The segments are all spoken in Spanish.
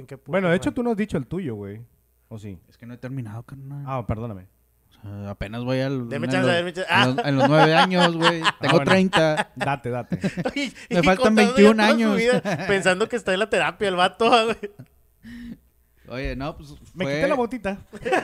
en qué punto. Bueno, de hecho tú no has dicho el tuyo, güey. ¿O sí? Es que no he terminado, carnal. Ah, perdóname. O sea, apenas voy Deme chance, deme chance. en los 9 años, güey. Tengo bueno. 30. Date. Me faltan contando ya 21 toda su años. vida, pensando que está en la terapia el vato, güey. Oye, no, pues Me fue... quité la botita.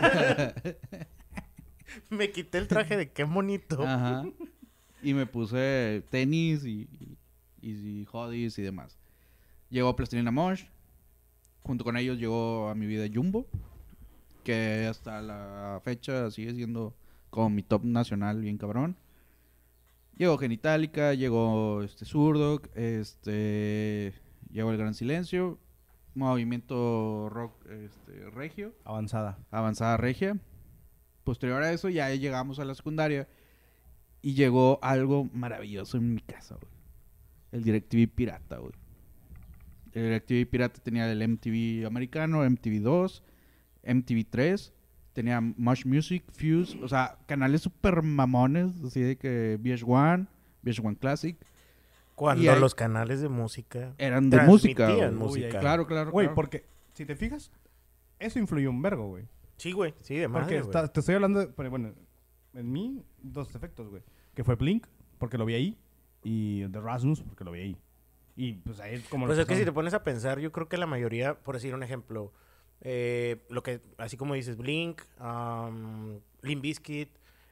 Me quité el traje de qué bonito. Ajá. Y me puse tenis y hoodies y demás. Llegó Plastilina Mosh. Junto con ellos llegó a mi vida Jumbo, que hasta la fecha sigue siendo como mi top nacional, bien cabrón. Llegó Genitalica, llegó Zurdok, llegó El Gran Silencio, Movimiento Rock Regio, Avanzada Regia. Posterior a eso ya llegamos a la secundaria y llegó algo maravilloso en mi casa, güey. El DirecTV pirata, güey. El DirecTV pirata tenía el MTV americano, MTV2, MTV3, tenía Much Music, Fuse, o sea, canales super mamones, así de que VH1, VH1 Classic. Cuando Y ahí- los canales de música Eran de música, transmitían güey. música. Claro. Güey, porque si te fijas, eso influyó un vergo, güey. Sí, güey. Sí, de Porque madre, güey. te estoy hablando de, pero bueno, en mí, dos efectos, güey. Que fue Blink, porque lo vi ahí, y The Rasmus, porque lo vi ahí. Y pues ahí como... Pues lo es que si te pasaron. pones a pensar, yo creo que la mayoría, por decir un ejemplo, lo que, así como dices, Blink, Limp Bizkit,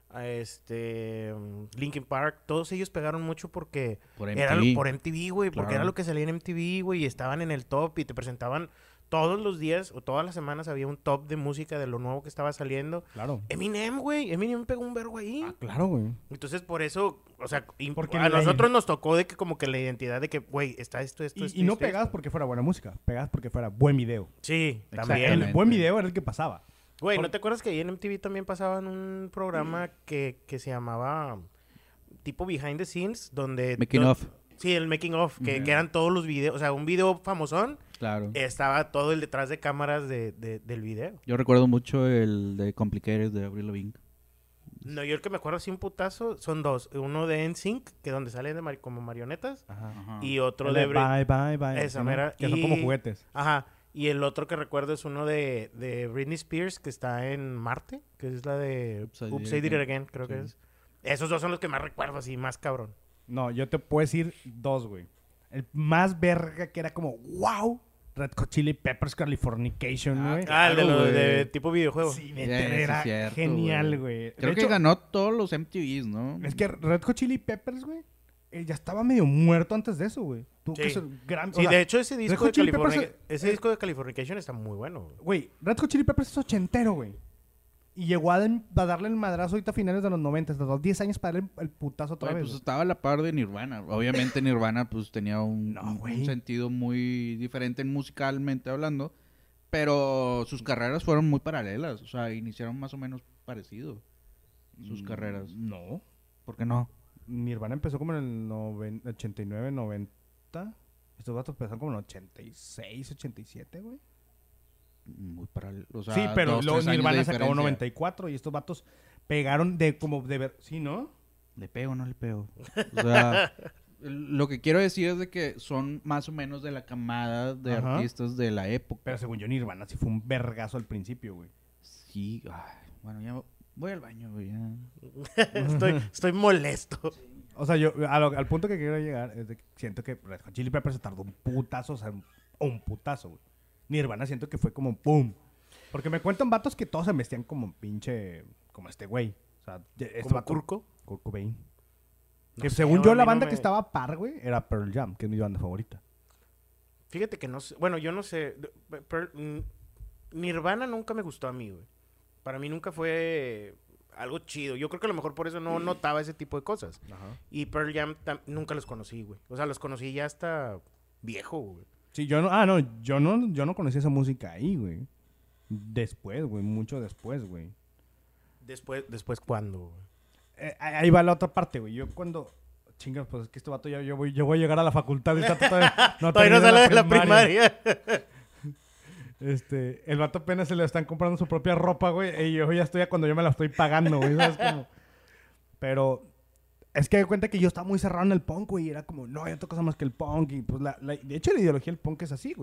Linkin Park, todos ellos pegaron mucho porque Por era MTV. por MTV, güey, porque Claro. era lo que salía en MTV, güey, y estaban en el top y te presentaban todos los días o todas las semanas había un top de música de lo nuevo que estaba saliendo. Claro. Eminem, güey, Eminem pegó un vergo ahí. Ah, claro, güey. Entonces, por eso, o sea, Porque a la- nosotros nos tocó de que como que la identidad de que, güey, está esto, Y no pegabas porque fuera buena música, pegabas porque fuera buen video. Sí, O sea, también. el buen video era el que pasaba. Güey, ¿no te acuerdas que ahí en MTV también pasaban un programa que se llamaba tipo Behind the Scenes, donde... Making of. Sí, el Making of, que eran todos los videos, o sea, un video famosón, Claro. estaba todo el detrás de cámaras del video. Yo recuerdo mucho el de Complicated de Avril Lavigne. No, yo el que me acuerdo así un putazo son dos. Uno de NSYNC, que donde salen como marionetas, Ajá. y otro El de... bye. Esa ¿no? mera. Que son Y- como juguetes. Ajá. Y el otro que recuerdo es uno de Britney Spears, que está en Marte, que es la de Oops, I Did It Again, creo que es. Esos dos son los que más recuerdo, así, más cabrón. No, yo te puedo decir dos, güey. El más verga que era como, wow, Red Hot Chili Peppers Californication, güey. Ah, el de Claro, lo güey. de tipo videojuego. Sí, Sí, neta, sí, era cierto, genial, güey. güey. Creo De que hecho, ganó todos los MTVs, ¿no? es que Red Hot Chili Peppers, güey, ya estaba medio muerto antes de eso, güey. Tuvo Sí. que ser gran... Sí, o sea, de hecho ese disco Hot de Chili Peppers California, ese disco de Californication está muy bueno. Güey. güey, Red Hot Chili Peppers es ochentero, güey. Y llegó a darle el madrazo ahorita a finales de los 90, hasta los 10 años para darle el putazo otra Güey, vez. pues güey. estaba a la par de Nirvana. Obviamente Nirvana pues tenía un güey. sentido muy diferente musicalmente hablando, pero sus carreras fueron muy paralelas, o sea, iniciaron más o menos parecido sus carreras. No. ¿Por qué no? Nirvana empezó como en el 89, 90. Estos vatos empezaron como en el 86, 87, güey. Muy paralelo, o sea, Sí, pero 2, luego 3 años de Nirvana se acabó en diferencia. 94 y estos vatos pegaron de como de ver... ¿Sí, no? ¿Le pego o no le pego? O sea, lo que quiero decir es de que son más o menos de la camada de Ajá. artistas de la época. Pero según yo, Nirvana sí fue un vergazo al principio, güey. Sí, ay, bueno, ya voy al baño, güey. Ya. estoy molesto. O sea, yo al punto que quiero llegar es de que siento que Red Hot Chili Peppers se tardó un putazo, o sea, un putazo, güey. Nirvana siento que fue como ¡pum! Porque me cuentan vatos que todos se vestían como pinche... Como este güey. O sea, este ¿Como vato- Kurko? Kurt Cobain. No Que sé, según güey, yo a la mí banda no que me- estaba a par, güey, era Pearl Jam, que es mi banda favorita. Fíjate que no sé. Bueno, yo no sé. Nirvana nunca me gustó a mí, güey. Para mí nunca fue algo chido. Yo creo que a lo mejor por eso no notaba ese tipo de cosas. Ajá. Y Pearl Jam nunca los conocí, güey. O sea, los conocí ya hasta viejo, güey. Sí, yo no conocí esa música ahí, güey. Después, güey, mucho después, güey. Después ¿cuándo, güey? Ahí va la otra parte, güey. Yo cuando... Chingas, pues es que este vato yo voy a llegar a la facultad y está todavía Todavía no termina sale de la primaria. El vato apenas se le están comprando su propia ropa, güey. Y yo ya estoy cuando yo me la estoy pagando, güey. ¿Sabes cómo? Pero es que me cuenta que yo estaba muy cerrado en el punk, güey. Y era como, no, hay otra cosa más que el punk. Y pues de hecho la ideología del punk es así, güey. Es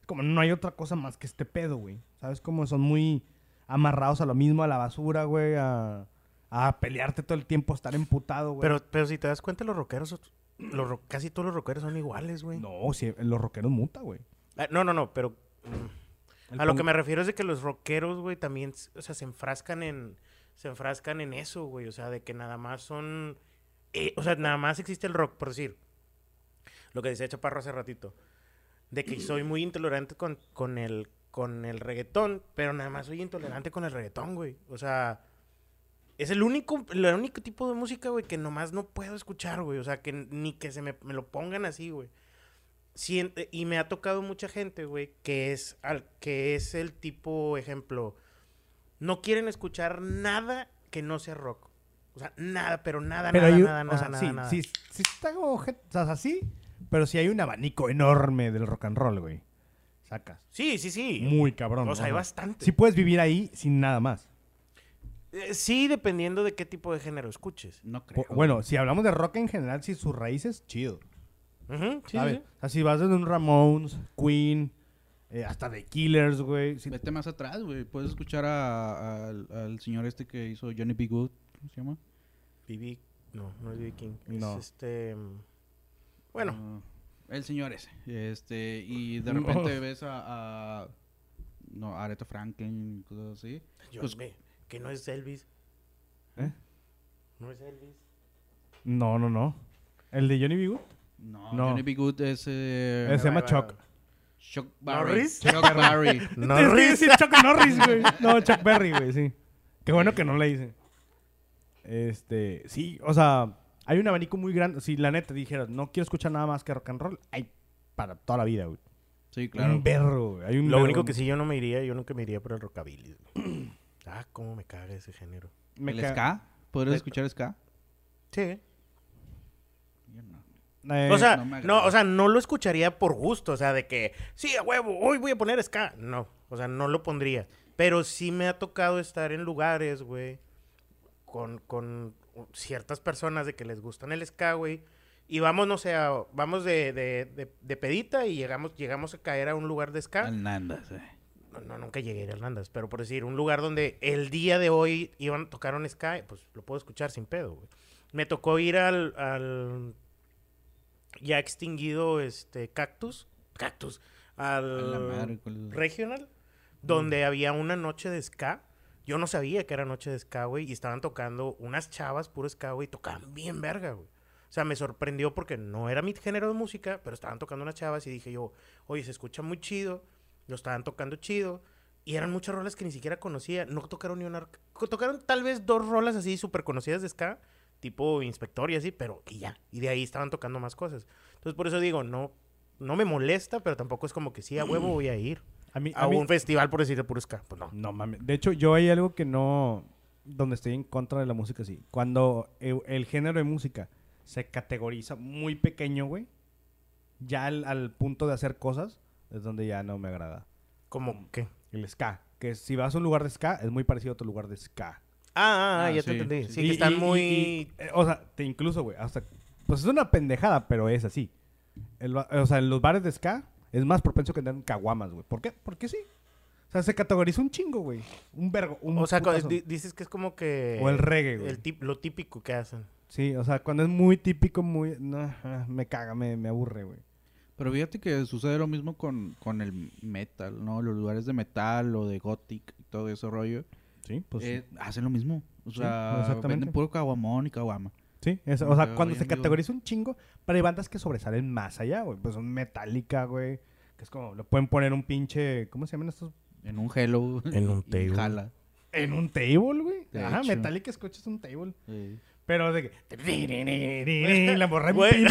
como no hay otra cosa más que este pedo, güey. ¿Sabes? Como son muy amarrados a lo mismo, a la basura, güey, a pelearte todo el tiempo, a estar emputado, güey. Pero si te das cuenta, los rockeros, casi todos los rockeros son iguales, güey. No, si los rockeros muta, güey. No, pero... a lo que me refiero es de que los rockeros, güey, también, o sea, se enfrascan en eso, güey. O sea, de que nada más son... o sea, nada más existe el rock, por decir. Lo que decía Chaparro hace ratito. De que soy muy intolerante con el reggaetón, pero nada más soy intolerante con el reggaetón, güey. O sea, es el único tipo de música, güey, que nomás no puedo escuchar, güey. O sea, que ni que me lo pongan así, güey. Y me ha tocado mucha gente, güey, que es el tipo, ejemplo, no quieren escuchar nada que no sea rock. O sea, nada, pero nada, pero nada. Sí, está como, o sea, así, pero sí hay un abanico enorme del rock and roll, güey. Sacas. Sí. Muy cabrón. O sea, hay bastante. Sí puedes vivir ahí sin nada más. Sí, dependiendo de qué tipo de género escuches. No creo. Bueno, si hablamos de rock en general, si sus raíces, chido. Sí. O sea, si vas desde un Ramones, Queen, hasta The Killers, güey. Vete más atrás, güey. Puedes escuchar al señor este que hizo Johnny B. Good. ¿Cómo se llama? No es B.B. King. No. Es bueno. El señor ese. Y de repente ves a Aretha Franklin, cosas así. Pues, que no es Elvis. ¿Eh? ¿No es Elvis? No. ¿El de Johnny B. Good? No. Johnny B. Good es... se llama Chuck. Chuck Berry. ¿Norris? Chuck Berry. Norris. Sí, Chuck Norris, güey. No, Chuck Berry, güey, sí. Qué bueno que no le hice. Sí, o sea, hay un abanico muy grande. Si la neta dijeras, no quiero escuchar nada más que rock and roll, hay para toda la vida, güey. Sí, claro. Un berro, güey. Lo único que sí yo nunca me iría por el rockabilly. Cómo me caga ese género. ¿El ska? ¿Podrías escuchar ska? Sí. Yo no. O sea, no lo escucharía por gusto, o sea, de que, sí, a huevo, hoy voy a poner ska. No, o sea, no lo pondría. Pero sí me ha tocado estar en lugares, güey, con ciertas personas de que les gustan el ska, güey. Y vamos, no sé, vamos de pedita y llegamos a caer a un lugar de ska. Al Nandas, No, nunca llegué a ir al Nandas, pero por decir, un lugar donde el día de hoy tocaron ska, pues lo puedo escuchar sin pedo, güey. Me tocó ir al ya extinguido Cactus, al Regional, donde había una noche de ska. Yo no sabía que era noche de ska, güey, y estaban tocando unas chavas puro ska, güey, y tocaban bien verga, güey. O sea, me sorprendió porque no era mi género de música, pero estaban tocando unas chavas y dije yo, oye, se escucha muy chido, lo estaban tocando chido, y eran muchas rolas que ni siquiera conocía, no tocaron ni una... Tocaron tal vez 2 rolas así súper conocidas de ska, tipo Inspector y así, pero y ya. Y de ahí estaban tocando más cosas. Entonces, por eso digo, no me molesta, pero tampoco es como que sí, a huevo voy a ir a un festival, por decir, de puro ska. Pues no. No mames. De hecho, yo hay algo que no... Donde estoy en contra de la música, sí. Cuando el género de música se categoriza muy pequeño, güey, ya al punto de hacer cosas, es donde ya no me agrada. ¿Cómo qué? El ska. Que si vas a un lugar de ska, es muy parecido a otro lugar de ska. Ya te entendí. Sí, que están muy... o sea, incluso, güey, hasta... Pues es una pendejada, pero es así. O sea, en los bares de ska es más propenso que tengan caguamas, güey. ¿Por qué? Porque sí. O sea, se categoriza un chingo, güey. Un vergo. O sea, dices que es como que... O el reggae, güey. Lo típico que hacen. Sí, o sea, cuando es muy típico, muy... No, me caga, me aburre, güey. Pero fíjate que sucede lo mismo con el metal, ¿no? Los lugares de metal o de gothic y todo ese rollo. Sí, pues hacen lo mismo. O sea, exactamente. Venden puro caguamón y caguama. Sí, o sea, cuando se categoriza un chingo, pero hay bandas que sobresalen más allá, güey. Pues son Metallica, güey. Que es como, lo pueden poner un pinche... ¿Cómo se llaman estos? En un Hello. En un table. Jala. En un table, güey. Ajá, hecho. Metallica escuchas un table. Sí. Pero de que... La morra Güey,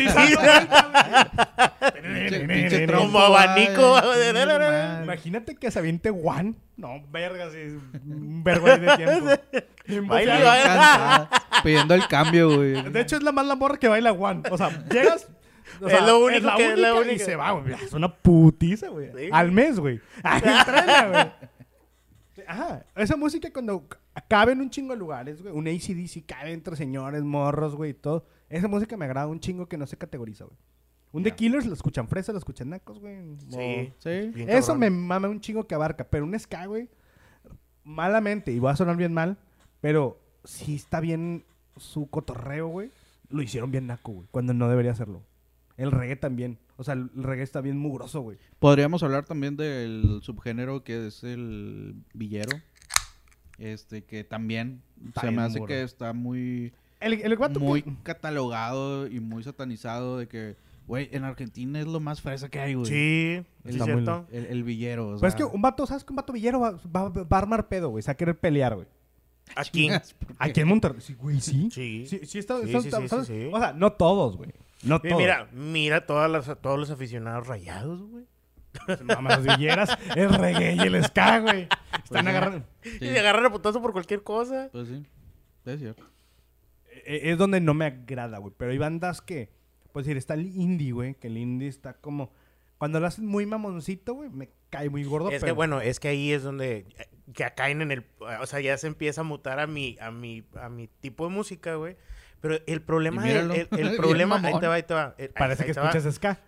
Pinche como abanico. Imagínate que se aviente One. No, verga, sí. Un vergo ahí de tiempo. Baila. Pidiendo el cambio, güey. De hecho, es la más la morra que baila One. O sea, llegas... O sea, es lo único la que única, la única. Y se va, güey. Es una putiza, güey. Sí. Al mes, güey. Entrena, güey. Ajá. Esa música cuando cabe en un chingo de lugares, güey. Un AC/DC cabe entre señores, morros, güey, y todo. Esa música me agrada un chingo que no se categoriza, güey. Un The Killers lo escuchan fresas, lo escuchan nacos, güey. Sí. Eso me mama un chingo que abarca. Pero un ska, güey, malamente, y voy a sonar bien mal, pero sí está bien su cotorreo, güey. Lo hicieron bien naco, güey, cuando no debería hacerlo. El reggae también. O sea, el reggae está bien mugroso, güey. Podríamos hablar también del subgénero que es el villero. Que también Está se me bien hace muro. que está muy... El vato muy que... catalogado y muy satanizado de que, güey, en Argentina es lo más fresa que hay, güey. Sí, sí, Está cierto. El villero, o sea. Pues es que un vato, ¿sabes que un vato villero va a armar pedo, güey? Se va a querer pelear, güey. Aquí. Aquí en Monterrey. Sí, güey, sí. Sí. Sí, está, Sí, está- sí, está- sí, ¿sabes? sí, sí. O sea, no todos, güey. No Y todos. mira todos los aficionados rayados, güey. Mamas villeras, el reggae y el ska, güey. Están agarrando... Sí, Y se agarran a putazo por cualquier cosa. pues sí, es cierto. Es donde no me agrada, güey. Pero hay bandas que... Pues decir, está el indie, güey. Que el indie está como... Cuando lo hacen muy mamoncito, güey, me cae muy gordo. Es que bueno, es que ahí es donde que caen en el, o sea, ya se empieza a mutar a mi tipo de música, güey. Pero el problema, Y míralo. el Bien problema, mamón. ahí te va. Parece ahí que te va. escuchas ska.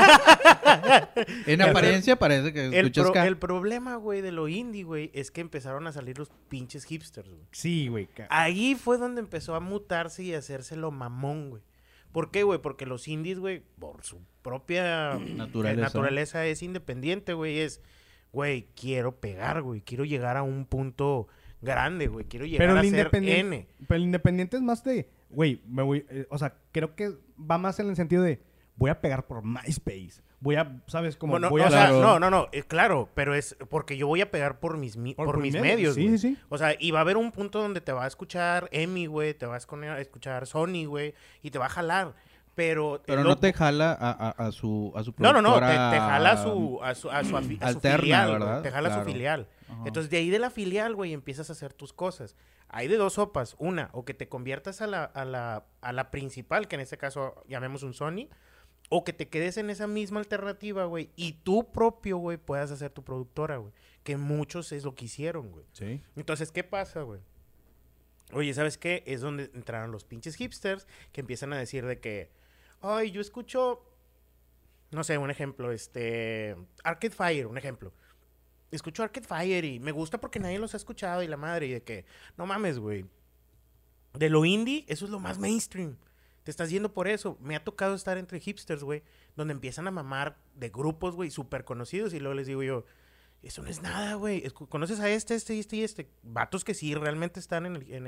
En apariencia parece que escuchas ska. El problema, güey, de lo indie, güey, es que empezaron a salir los pinches hipsters, güey. Sí, güey. Ahí fue donde empezó a mutarse y a hacerse lo mamón, güey. ¿Por qué, güey? Porque los indies, güey, por su propia naturaleza es independiente, güey. Es, güey, quiero pegar, güey. Quiero llegar a un punto grande, güey. Quiero llegar a ser N. Pero el independiente es más de... Güey, me voy... o sea, creo que va más en el sentido de... Voy a pegar por MySpace. Voy a... ¿Sabes? Como Bueno, voy o a... sea, Claro. no, claro, pero es porque yo voy a pegar por mis medios, Sí, güey. sí, sí. O sea, y va a haber un punto donde te va a escuchar Emi, güey, te va a escuchar Sony, güey, y te va a jalar. Pero no te jala a su No, te productora jala a su alterna, filial, güey. ¿verdad? Te jala a Claro. su filial. Ajá. Entonces, de ahí de la filial, güey, empiezas a hacer tus cosas. Hay de dos sopas. Una, o que te conviertas a la principal, que en este caso llamemos un Sony, o que te quedes en esa misma alternativa, güey, y tú propio, güey, puedas hacer tu productora, güey. Que muchos es lo que hicieron, güey. Sí. Entonces, ¿qué pasa, güey? Oye, ¿sabes qué? Es donde entraron los pinches hipsters que empiezan a decir de que, ay, yo escucho, no sé, un ejemplo, Arcade Fire, un ejemplo. Escucho Arcade Fire y me gusta porque nadie los ha escuchado y la madre, y de que, no mames, güey. De lo indie, eso es lo más mainstream. Te estás yendo por eso. Me ha tocado estar entre hipsters, güey, donde empiezan a mamar de grupos, güey, súper conocidos y luego les digo yo, eso no es nada, güey. ¿Conoces a este y este? Vatos que sí realmente están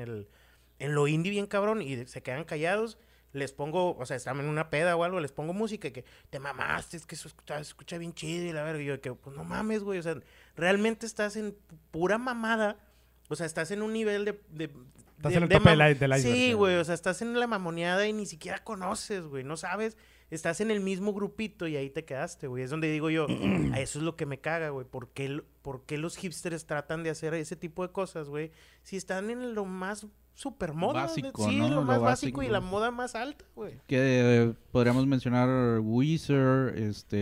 en lo indie bien cabrón y se quedan callados. Les pongo, o sea, están en una peda o algo, les pongo música y que te mamaste, es que eso escucha bien chido y la verga. Y yo que, pues no mames, güey, o sea, realmente estás en pura mamada. O sea, estás en un nivel Estás en el tope del iceberg. Sí, güey, o sea, estás en la mamoneada y ni siquiera conoces, güey, no sabes. Estás en el mismo grupito y ahí te quedaste, güey. Es donde digo yo, a eso es lo que me caga, güey. ¿Por qué los hipsters tratan de hacer ese tipo de cosas, güey? Si están en lo más super moda. Básico, sí, ¿no? lo Lo más básico. básico y la moda más alta, güey. Que podríamos mencionar Weezer,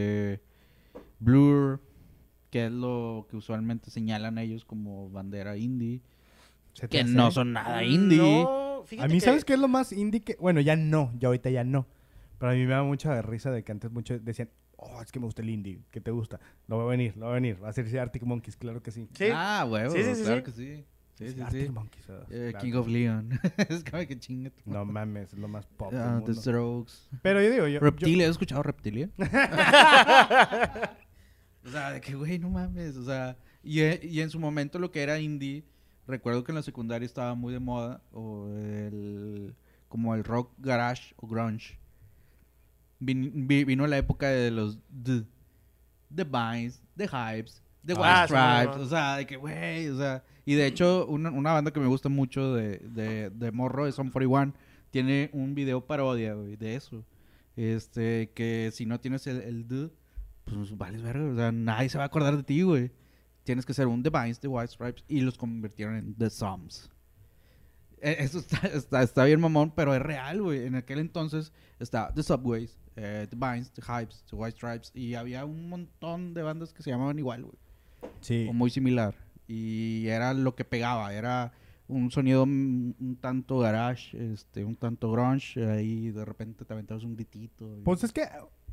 Blur, que es lo que usualmente señalan ellos como bandera indie, ¿Se te que hace? no son nada indie. No, A fíjate mí, que... ¿sabes qué es lo más indie que...? Bueno, ya no. Ya ahorita ya no. Pero a mí me da mucha risa de que antes muchos decían... Oh, es que me gusta el indie. ¿Qué te gusta? Lo va a venir. Va a ser Arctic Monkeys, claro que sí. Sí. Ah, huevo, Sí, sí, sí, claro sí. que sí. Sí, sí, Arctic sí. Monkeys. claro. King of Leon. Es como que chinga tu No mames, es lo más pop del The mundo. Strokes. Pero yo digo... Reptilia, ¿has escuchado Reptilia? O sea, de que, güey, no mames. O sea, y en su momento lo que era indie, recuerdo que en la secundaria estaba muy de moda, como el rock garage o grunge. Vino la época de los The Vines, The Hypes, The White Ah, Stripes. sí, O sea, de que, güey, o sea. Y de hecho, una banda que me gusta mucho de morro es Sum 41. Tiene un video parodia, güey, de eso. Que si no tienes el pues vales verga. O sea, nadie se va a acordar de ti, güey. Tienes que ser un The Vines, The White Stripes. Y los convirtieron en The Sums. Eso está bien mamón, pero es real, güey. En aquel entonces estaba The Subways, The Vines, The Hypes, The White Stripes. Y había un montón de bandas que se llamaban igual, güey. Sí. O muy similar. Y era lo que pegaba. Era un sonido un tanto garage, un tanto grunge. Ahí de repente te aventabas un gritito. Pues es que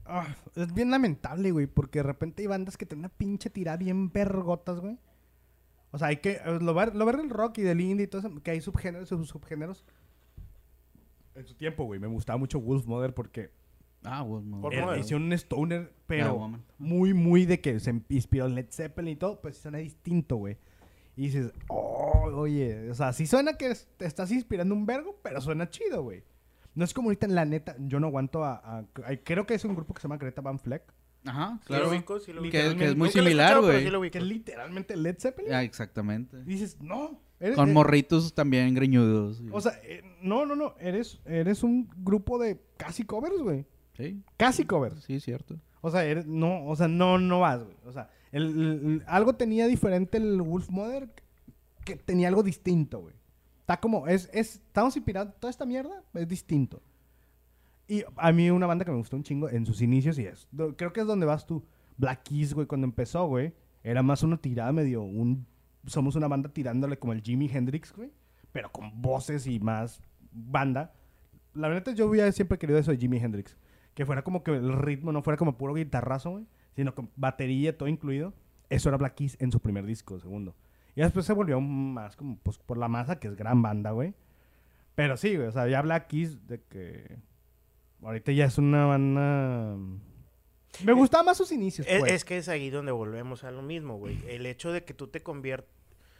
es bien lamentable, güey, porque de repente hay bandas que tienen una pinche tirada bien vergotas, güey. O sea, hay que... Lo ver del rock y del indie y todo eso, que hay subgéneros, subgéneros. En su tiempo, güey, me gustaba mucho Wolfmother porque... Wolfmother. Hicieron un stoner, pero muy, muy de que se inspiró en Led Zeppelin y todo, pues suena distinto, güey. Y dices, oye, o sea, sí suena que te estás inspirando un vergo, pero suena chido, güey. No es como ahorita, en la neta, yo no aguanto creo que es un grupo que se llama Greta Van Fleck. Ajá, claro. Sí lo ubico. Que es muy similar, güey. Que es literalmente Led Zeppelin. Exactamente. Y dices, no. Con morritos también greñudos. O sea, no. Eres un grupo de casi covers, güey. Sí. Casi covers. Sí, cierto. O sea, no vas, güey. O sea, algo tenía diferente el Wolfmother, que tenía algo distinto, güey. Está como, estamos inspirados, toda esta mierda es distinto. Y a mí una banda que me gustó un chingo en sus inicios creo que es donde vas tú. Black Keys, güey, cuando empezó, güey, era más una tirada medio somos una banda tirándole como el Jimi Hendrix, güey, pero con voces y más banda. La verdad, yo había siempre querido eso de Jimi Hendrix. Que fuera como que el ritmo no fuera como puro guitarrazo, güey, sino con batería, todo incluido. Eso era Black Keys en su primer disco, segundo. Y después se volvió más como, pues, por la masa, que es gran banda, güey. Pero sí, güey, o sea, ya Black Keys de que... Ahorita ya es una banda... Me gustaba más sus inicios, pues. Es que es ahí donde volvemos a lo mismo, güey. El hecho de que tú te conviertas...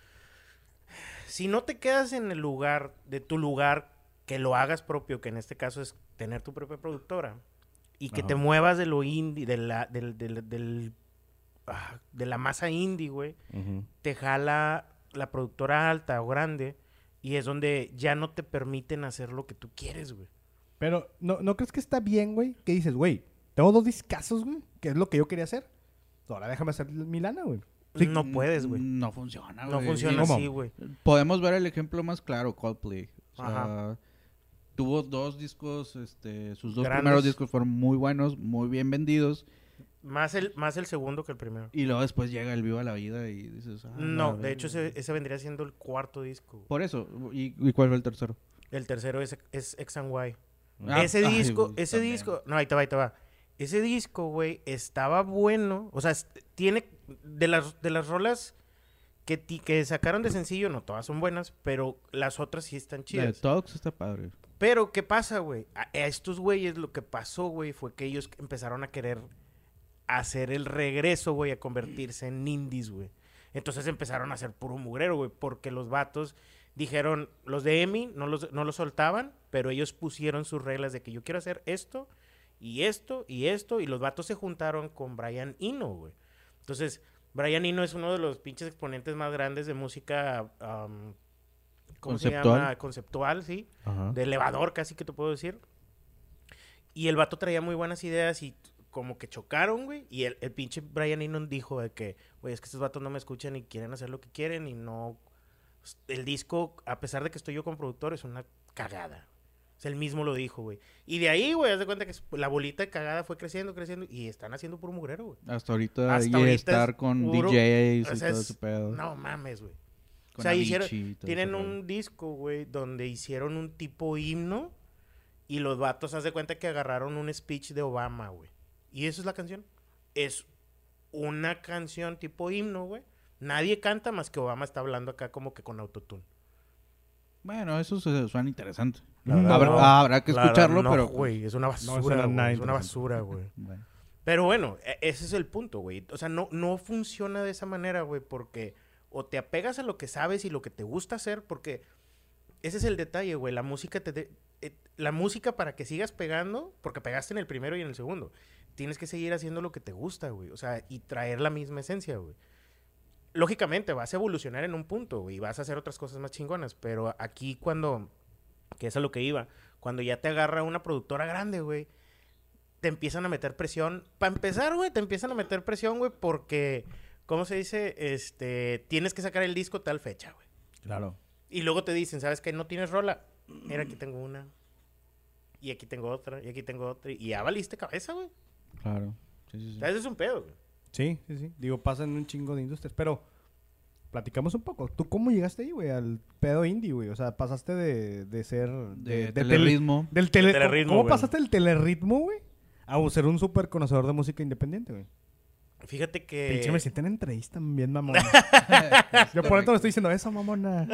Si no te quedas en el lugar, de tu lugar, que lo hagas propio, que en este caso es tener tu propia productora, y que te muevas de lo indie, de la masa indie, güey, te jala la productora alta o grande, y es donde ya no te permiten hacer lo que tú quieres, güey. Pero, ¿no crees que está bien, güey? Que dices, güey, tengo 2 discazos, güey, que es lo que yo quería hacer. Ahora déjame hacer mi lana, güey. Sí, no puedes, güey. No funciona, güey. No funciona así, güey. Podemos ver el ejemplo más claro, Coldplay. O sea, tuvo 2 discos, sus 2 primeros discos fueron muy buenos, muy bien vendidos. Más el segundo que el primero. Y luego después llega el Viva la Vida y dices... no, de hecho ese vendría siendo el 4º disco. Por eso. ¿Y cuál fue el tercero? El tercero es X and Y. Ese disco... No, ahí te va. Ese disco, güey, estaba bueno. O sea, tiene... De las rolas que sacaron de sencillo, no todas son buenas, pero las otras sí están chidas. Talks está padre. Pero, ¿qué pasa, güey? A estos güeyes lo que pasó, güey, fue que ellos empezaron a querer hacer el regreso, güey, a convertirse en indies, güey. Entonces empezaron a hacer puro mugrero, güey, porque los vatos dijeron, los de EMI no los soltaban, pero ellos pusieron sus reglas de que yo quiero hacer esto, y esto, y esto, y los vatos se juntaron con Brian Eno, güey. Entonces, Brian Eno es uno de los pinches exponentes más grandes de música... ¿Cómo se llama? Conceptual, sí. Ajá. De elevador, casi que te puedo decir. Y el vato traía muy buenas ideas y como que chocaron, güey. Y el pinche Brian Eno dijo de que, güey, es que estos vatos no me escuchan y quieren hacer lo que quieren y no... El disco, a pesar de que estoy yo como productor, es una cagada. O sea, él mismo lo dijo, güey. Y de ahí, güey, haz de cuenta que la bolita de cagada fue creciendo y están haciendo puro mugrero, güey. Hasta ahorita estar con puro, DJs y todo ese pedo. No mames, güey. O sea, tienen un disco, güey, donde hicieron un tipo himno y los vatos, haz de cuenta que agarraron un speech de Obama, güey. Y eso es la canción. Es una canción tipo himno, güey. Nadie canta más que Obama está hablando acá como que con autotune. Bueno, eso suena interesante. Habrá que escucharlo, pero... güey, es una basura, no, es una basura, güey. Bueno. Pero bueno, ese es el punto, güey. O sea, no funciona de esa manera, güey, porque... O te apegas a lo que sabes y lo que te gusta hacer, porque ese es el detalle, güey. La música la música para que sigas pegando, porque pegaste en el primero y en el segundo, tienes que seguir haciendo lo que te gusta, güey. O sea, y traer la misma esencia, güey. Lógicamente, vas a evolucionar en un punto, güey, y vas a hacer otras cosas más chingonas, pero aquí que es a lo que iba, cuando ya te agarra una productora grande, güey, te empiezan a meter presión. Para empezar, güey, te empiezan a meter presión, güey, porque... ¿Cómo se dice? Tienes que sacar el disco tal fecha, güey. Claro. Y luego te dicen, ¿sabes qué? No tienes rola. Mira, aquí tengo una. Y aquí tengo otra. Y aquí tengo otra. Y ya valiste cabeza, güey. Claro. Sí. O sea, ese es un pedo, güey. Sí. Digo, pasa en un chingo de industrias. Pero, platicamos un poco. ¿Tú cómo llegaste ahí, güey? Al pedo indie, güey. O sea, pasaste de ser... De telerritmo. Telerritmo, ¿Cómo pasaste del telerritmo, güey? A ser un súper conocedor de música independiente, güey. Fíjate que... Pinche, me sienten entrevista bien mamona. Yo por eso le estoy diciendo eso, mamona.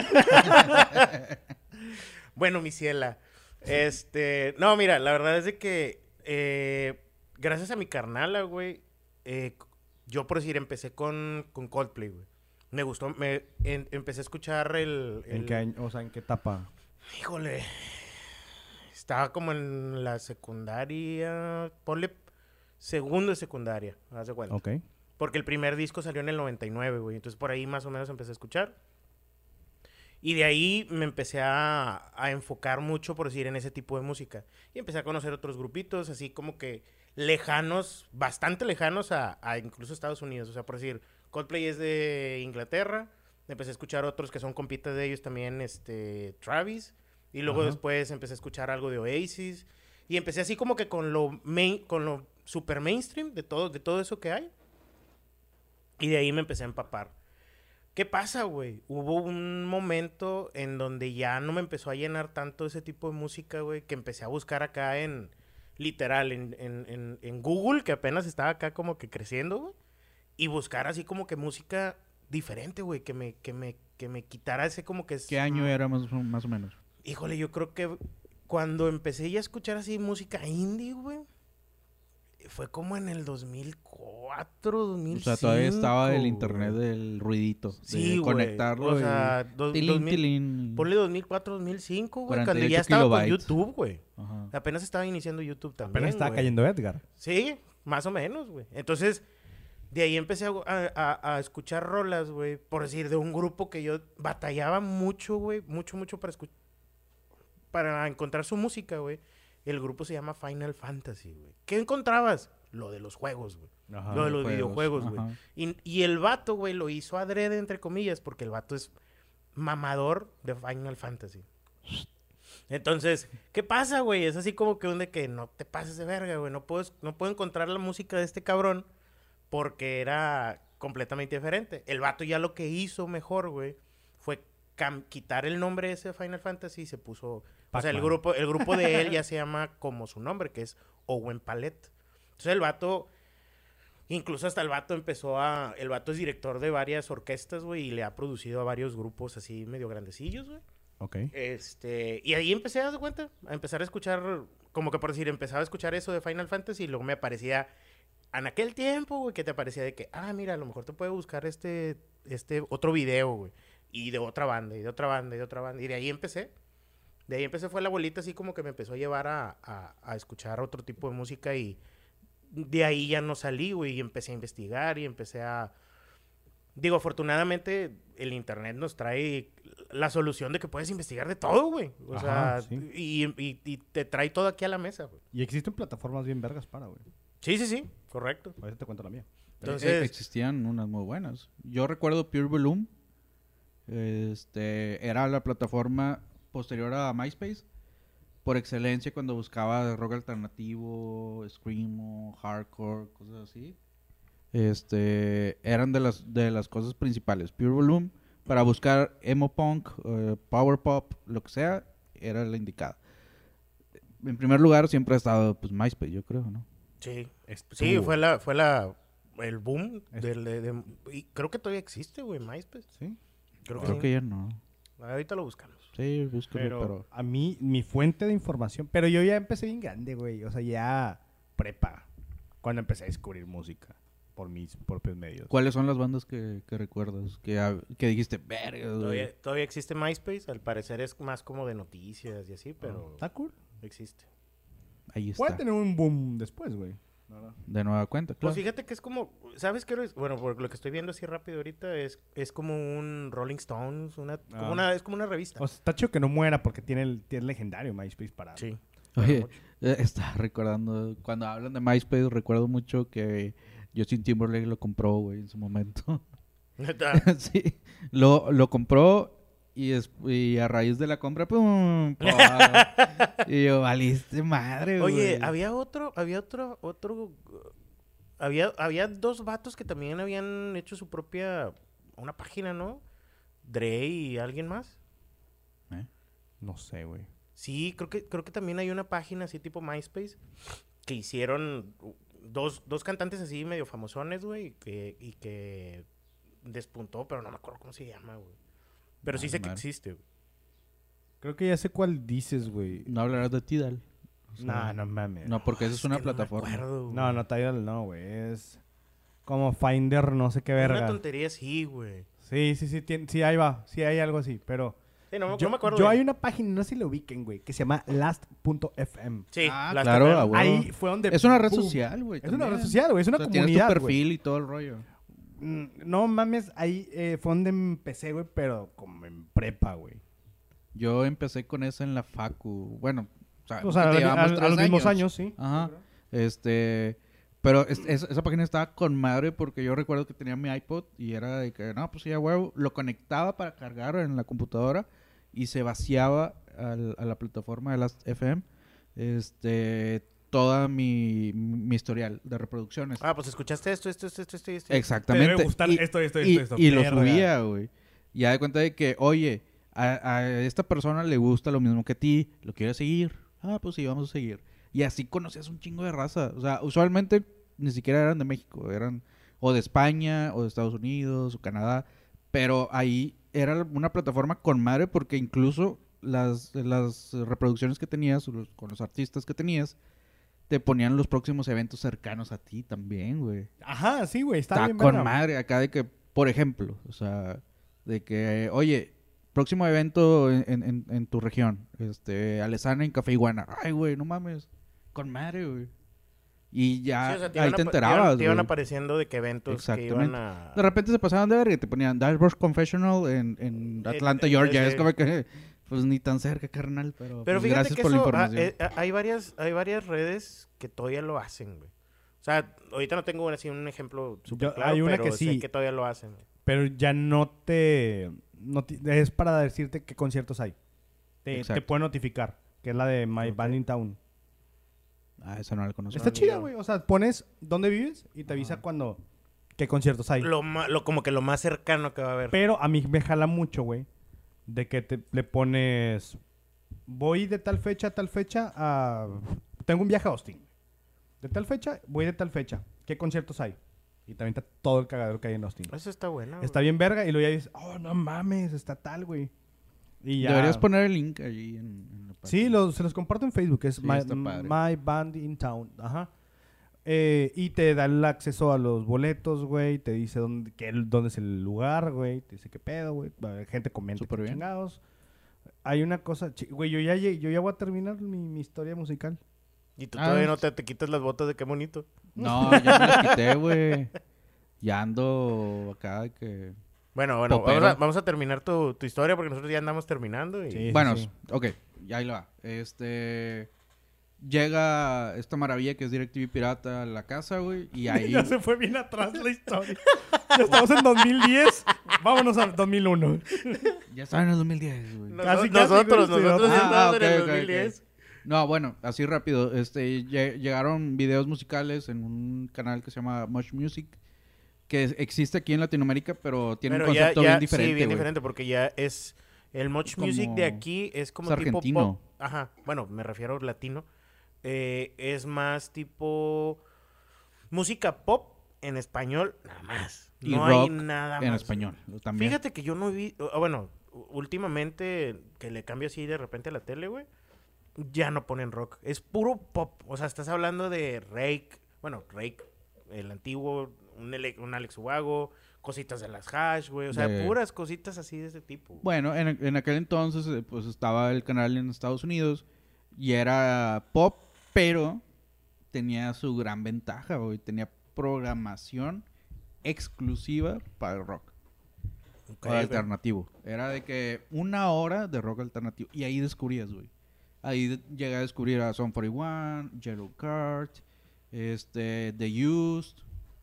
Bueno, mi ciela. No, mira, la verdad es de que... gracias a mi carnala, güey... yo, por decir, empecé con Coldplay, güey. Me gustó... empecé a escuchar ¿En qué año? O sea, ¿en qué etapa? Híjole... Estaba como en la secundaria... Ponle... Segundo de secundaria, haz de cuenta. Ok. Porque el primer disco salió en el 99, güey. Entonces por ahí más o menos empecé a escuchar. Y de ahí me empecé a enfocar mucho, por decir, en ese tipo de música. Y empecé a conocer otros grupitos, así como que lejanos, bastante lejanos a incluso Estados Unidos. O sea, por decir, Coldplay es de Inglaterra. Empecé a escuchar otros que son compitas de ellos también, Travis. Y luego después empecé a escuchar algo de Oasis. Y empecé así como que con lo super mainstream de todo eso que hay. Y de ahí me empecé a empapar. ¿Qué pasa, güey? Hubo un momento en donde ya no me empezó a llenar tanto ese tipo de música, güey, que empecé a buscar acá literal, en Google, que apenas estaba acá como que creciendo, güey. Y buscar así como que música diferente, güey, que me quitara ese como que... ¿Qué año era más o menos? Híjole, yo creo que cuando empecé ya a escuchar así música indie, güey, fue como en el 2004, 2005. O sea, todavía estaba el internet del ruidito. Sí, de conectarlo. O sea, ponle 2004, 2005, güey. Cuando ya estaba con YouTube, güey. Apenas estaba iniciando YouTube también. Apenas estaba cayendo Edgar. Sí, más o menos, güey. Entonces, de ahí empecé a escuchar rolas, güey. Por decir, de un grupo que yo batallaba mucho, güey. Mucho para encontrar su música, güey. El grupo se llama Final Fantasy, güey. ¿Qué encontrabas? Lo de los juegos, güey. Lo de los videojuegos, güey. Y el vato, güey, lo hizo adrede, entre comillas, porque el vato es mamador de Final Fantasy. Entonces, ¿qué pasa, güey? Es así como que que no te pases de verga, güey. No puedo encontrar la música de este cabrón porque era completamente diferente. El vato ya lo que hizo mejor, güey, fue quitar el nombre ese de Final Fantasy y se puso... Pac-Man. O sea, el grupo de él ya se llama como su nombre, que es Owen Palette. Entonces el vato... Incluso hasta el vato el vato es director de varias orquestas, güey, y le ha producido a varios grupos así medio grandecillos, güey. Ok. Y ahí empecé, a dar cuenta, a empezar a escuchar... Como que por decir, empezaba a escuchar eso de Final Fantasy y luego me aparecía... En aquel tiempo, güey, que te aparecía de que... mira, a lo mejor te puede buscar otro video, güey. Y de otra banda, y de otra banda, y de otra banda. Y de ahí empecé. Fue la bolita así como que me empezó a llevar a escuchar otro tipo de música y de ahí ya no salí, güey, y empecé a investigar y empecé a... Digo, afortunadamente el internet nos trae la solución de que puedes investigar de todo, güey. O sea, sí. y te trae todo aquí a la mesa, güey. Y existen plataformas bien vergas para, güey. Sí, correcto. A veces te cuento la mía. Entonces... existían unas muy buenas. Yo recuerdo Pure Volume. Era la plataforma posterior a MySpace por excelencia cuando buscaba rock alternativo, screamo, hardcore, cosas así. Eran de las cosas principales. Pure Volume para buscar emo punk, power pop, lo que sea, era la indicada. En primer lugar siempre ha estado pues MySpace, yo creo, ¿no? Sí, sí, fue el boom y creo que todavía existe, güey, MySpace. Sí. Creo que ya no. Ahorita lo buscamos. Sí, búscalo, pero... A mí, mi fuente de información... Pero yo ya empecé bien grande, güey. O sea, ya prepa. Cuando empecé a descubrir música. Por mis propios medios. ¿Cuáles son las bandas que recuerdas? Que dijiste, verga, todavía existe MySpace. Al parecer es más como de noticias y así, pero... Está cool. Existe. Ahí está. Puede tener un boom después, güey. De nueva cuenta, claro. Pues fíjate que es como... ¿Sabes qué? Bueno, por lo que estoy viendo así rápido ahorita, es como un Rolling Stones, es como una revista. O sea, está chido que no muera porque tiene legendario MySpace para... Sí. Oye, estaba recordando... Cuando hablan de MySpace, recuerdo mucho que Justin Timberlake lo compró, güey, en su momento. ¿Neta? Sí. Lo compró... Y a raíz de la compra, ¡pum! Y yo, valiste madre, güey. Oye, había dos vatos que también habían hecho su propia, una página, ¿no? Dre y alguien más. No sé, güey. Sí, creo que también hay una página así tipo MySpace que hicieron dos cantantes así medio famosones, güey, y que despuntó, pero no me acuerdo cómo se llama, güey. Pero sí sé que existe, güey. Creo que ya sé cuál dices, güey. No hablarás de Tidal. O sea, no mames. No, porque esa es una plataforma. No, me acuerdo, no, Tidal no, güey. Es como Finder, no sé qué verga. Una tontería sí, güey. Sí, sí, ahí va. Sí, hay algo así, pero... Sí, no me acuerdo. Yo hay una página, no sé si lo ubiquen, güey, que se llama last.fm. Sí, claro, güey. Ahí fue donde... Es una red social, güey. Es una red social, güey. Es una comunidad, tienes tu perfil y todo el rollo. No mames, ahí fue donde empecé, güey, pero como en prepa, güey. Yo empecé con eso en la facu. Bueno, o sea a los mismos años, sí. Ajá. Pero esa página estaba con madre porque yo recuerdo que tenía mi iPod y era de que, no, pues ya, huevo, lo conectaba para cargar en la computadora y se vaciaba a la plataforma de las FM toda mi historial de reproducciones. Pues escuchaste esto. Exactamente. Te debe gustar esto. Y lo subía, güey. Y ya de cuenta de que, oye, a esta persona le gusta lo mismo que a ti, ¿lo quieres seguir? Pues sí, vamos a seguir. Y así conocías un chingo de raza. O sea, usualmente ni siquiera eran de México. Eran o de España, o de Estados Unidos, o Canadá. Pero ahí era una plataforma con madre porque incluso las reproducciones que tenías, con los artistas que tenías, te ponían los próximos eventos cercanos a ti también, güey. Ajá, sí, güey. Está bien con madre acá de que, por ejemplo, o sea, de que, oye, próximo evento en tu región, Alesana en Café Iguana. Ay, güey, no mames. Con madre, güey. Y ya, sí, o sea, ahí te enterabas, te iban apareciendo de que eventos que iban a... De repente se pasaban de verga y te ponían Dashboard Confessional en Atlanta, Georgia. Es como que, pues, ni tan cerca, carnal, pero pues, fíjate gracias que por la información. Hay varias redes que todavía lo hacen, güey. O sea, ahorita no tengo así un ejemplo súper claro, hay una pero que sí, sé que todavía lo hacen. Pero ya no te... es para decirte qué conciertos hay. Te puede notificar, que es la de My Band in Town. Esa no la conozco. Está chida, güey. O sea, pones dónde vives y te avisa qué conciertos hay. Como que lo más cercano que va a haber. Pero a mí me jala mucho, güey, de que le pones... Voy de tal fecha a tal fecha a... Tengo un viaje a Austin. De tal fecha, voy de tal fecha. ¿Qué conciertos hay? Y también está todo el cagadero que hay en Austin. Eso está bueno. Está bien verga. Y luego ya dices, oh, no mames, está tal, güey. Y ya... Deberías poner el link allí en la página. Sí, se los comparto en Facebook. Es My Band in Town. Ajá. Y te da el acceso a los boletos, güey. Te dice dónde es el lugar, güey. Te dice qué pedo, güey. Gente comenta qué chingados. Hay una cosa... Güey, yo ya voy a terminar mi historia musical. ¿Y tú todavía no te quitas las botas de qué bonito? No, ya me las quité, güey. Ya ando acá de que... Bueno, vamos a terminar tu historia porque nosotros ya andamos terminando. Y... Sí, bueno, sí. Ok, ya ahí lo va. Llega esta maravilla que es DirecTV Pirata a la casa, güey, y ahí... Ya se fue bien atrás la historia. Ya estamos en 2010. Vámonos al 2001. Ya estaba en el 2010, güey. Nosotros estamos en el 2010. Okay. No, bueno, así rápido. Llegaron videos musicales en un canal que se llama Much Music, que existe aquí en Latinoamérica, pero tiene un concepto bien diferente. Sí, bien diferente, porque ya es... El Much Music de aquí es como tipo argentino. Pop. Ajá, bueno, me refiero latino. Es más tipo... Música pop en español, nada más. Y no rock hay nada más. en español también. Fíjate que yo no vi... Bueno, últimamente que le cambio así de repente a la tele, güey, ya no ponen rock. Es puro pop. O sea, estás hablando de Rake. Bueno, Rake, el antiguo, un Alex Ubago, cositas de las Hash, güey. O sea, puras cositas así de ese tipo. Bueno, en aquel entonces, pues estaba el canal en Estados Unidos y era pop, pero tenía su gran ventaja, güey. Tenía programación exclusiva para el rock. O alternativo. Era de que 1 hora de rock alternativo. Y ahí descubrías, güey. Ahí llegué a descubrir a Son 41, Yellowcard, The Used.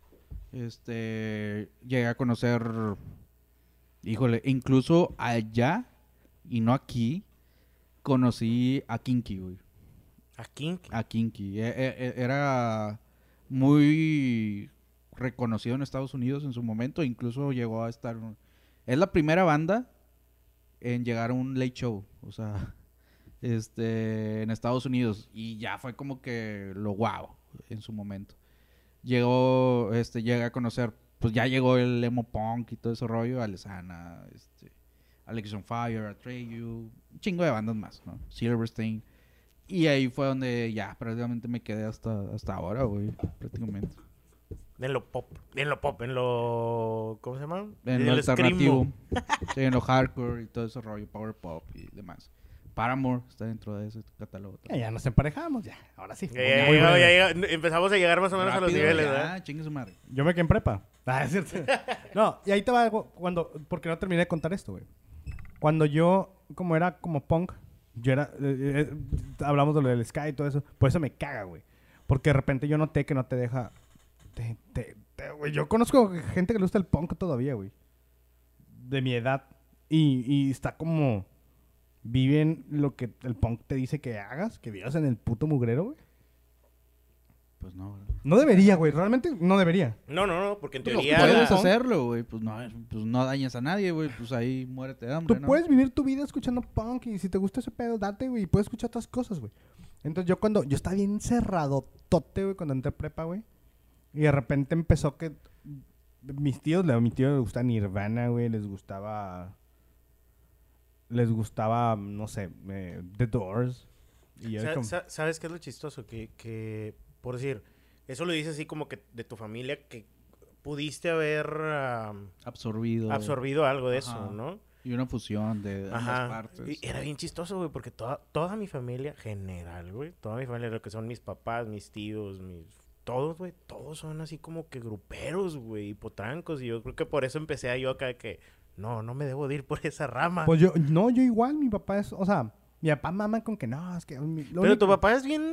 Llegué a conocer, híjole, incluso allá y no aquí, conocí a Kinky, güey. ¿A Kinky? A Kinky. Era muy reconocido en Estados Unidos en su momento, incluso llegó a estar... Es la primera banda en llegar a un late show, o sea... en Estados Unidos. Y ya fue como que lo guau en su momento. Llega a conocer, pues ya llegó el emo punk y todo ese rollo, Alesana, Alex on Fire, Atreyu, un chingo de bandas más, ¿no? Silverstein. Y ahí fue donde ya prácticamente me quedé hasta ahora, güey, prácticamente. En lo pop, ¿cómo se llama? En lo alternativo. Sí, en lo hardcore y todo ese rollo, power pop y demás. Paramore está dentro de ese catálogo. Ya nos emparejamos, ya. Ahora sí. Empezamos a llegar más o menos rápido, a los niveles, ¿verdad? Chingue su madre. Yo me quedé en prepa. Es cierto. No, y ahí te va algo, porque no terminé de contar esto, güey. Cuando yo, como era como punk, yo era... hablamos de lo del ska y todo eso. Por eso me caga, güey. Porque de repente yo noté que no te deja... güey, yo conozco gente que le gusta el punk todavía, güey. De mi edad. Y está como... Viven lo que el punk te dice que hagas, que vivas en el puto mugrero, güey. Pues no, güey. No debería, güey. Realmente no debería. No, porque en teoría... Puedes hacerlo, güey. Pues no dañas a nadie, güey. Pues ahí muérete de hambre, Tú puedes vivir tu vida escuchando punk y si te gusta ese pedo, date, güey. Y puedes escuchar otras cosas, güey. Entonces yo estaba bien encerrado, güey, cuando entré a prepa, güey. Y de repente empezó que... a mi tío les gustaba Nirvana, güey. Les gustaba, no sé, The Doors. Y ¿Sabes qué es lo chistoso? Que, por decir, eso lo dices así como que de tu familia que pudiste haber... absorbido algo de eso, ¿no? Y una fusión de ambas partes. Y era bien chistoso, güey, porque toda mi familia general, güey, toda mi familia, lo que son mis papás, mis tíos, todos, güey, todos son así como que gruperos, güey, y potrancos. Y yo creo que por eso empecé a yo acá que... No me debo de ir por esa rama. Pues yo igual, mi papá es, o sea, mi papá mama con que no, es que... Pero tu papá es bien,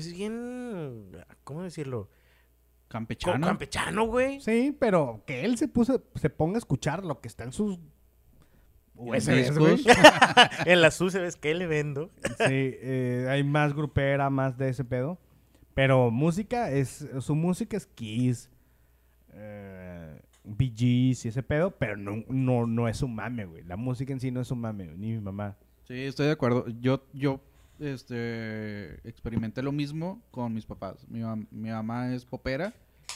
¿cómo decirlo? Campechano. Campechano, güey. Sí, pero que él se ponga a escuchar lo que está en sus USBs, güey. En las USBs que le vendo. Sí, hay más grupera, más de ese pedo. Pero su música es Kiss, Bee Gees y ese pedo, pero no es un mame, güey. La música en sí no es un mame, ni mi mamá. Sí, estoy de acuerdo. Yo experimenté lo mismo con mis papás. Mi mamá es popera.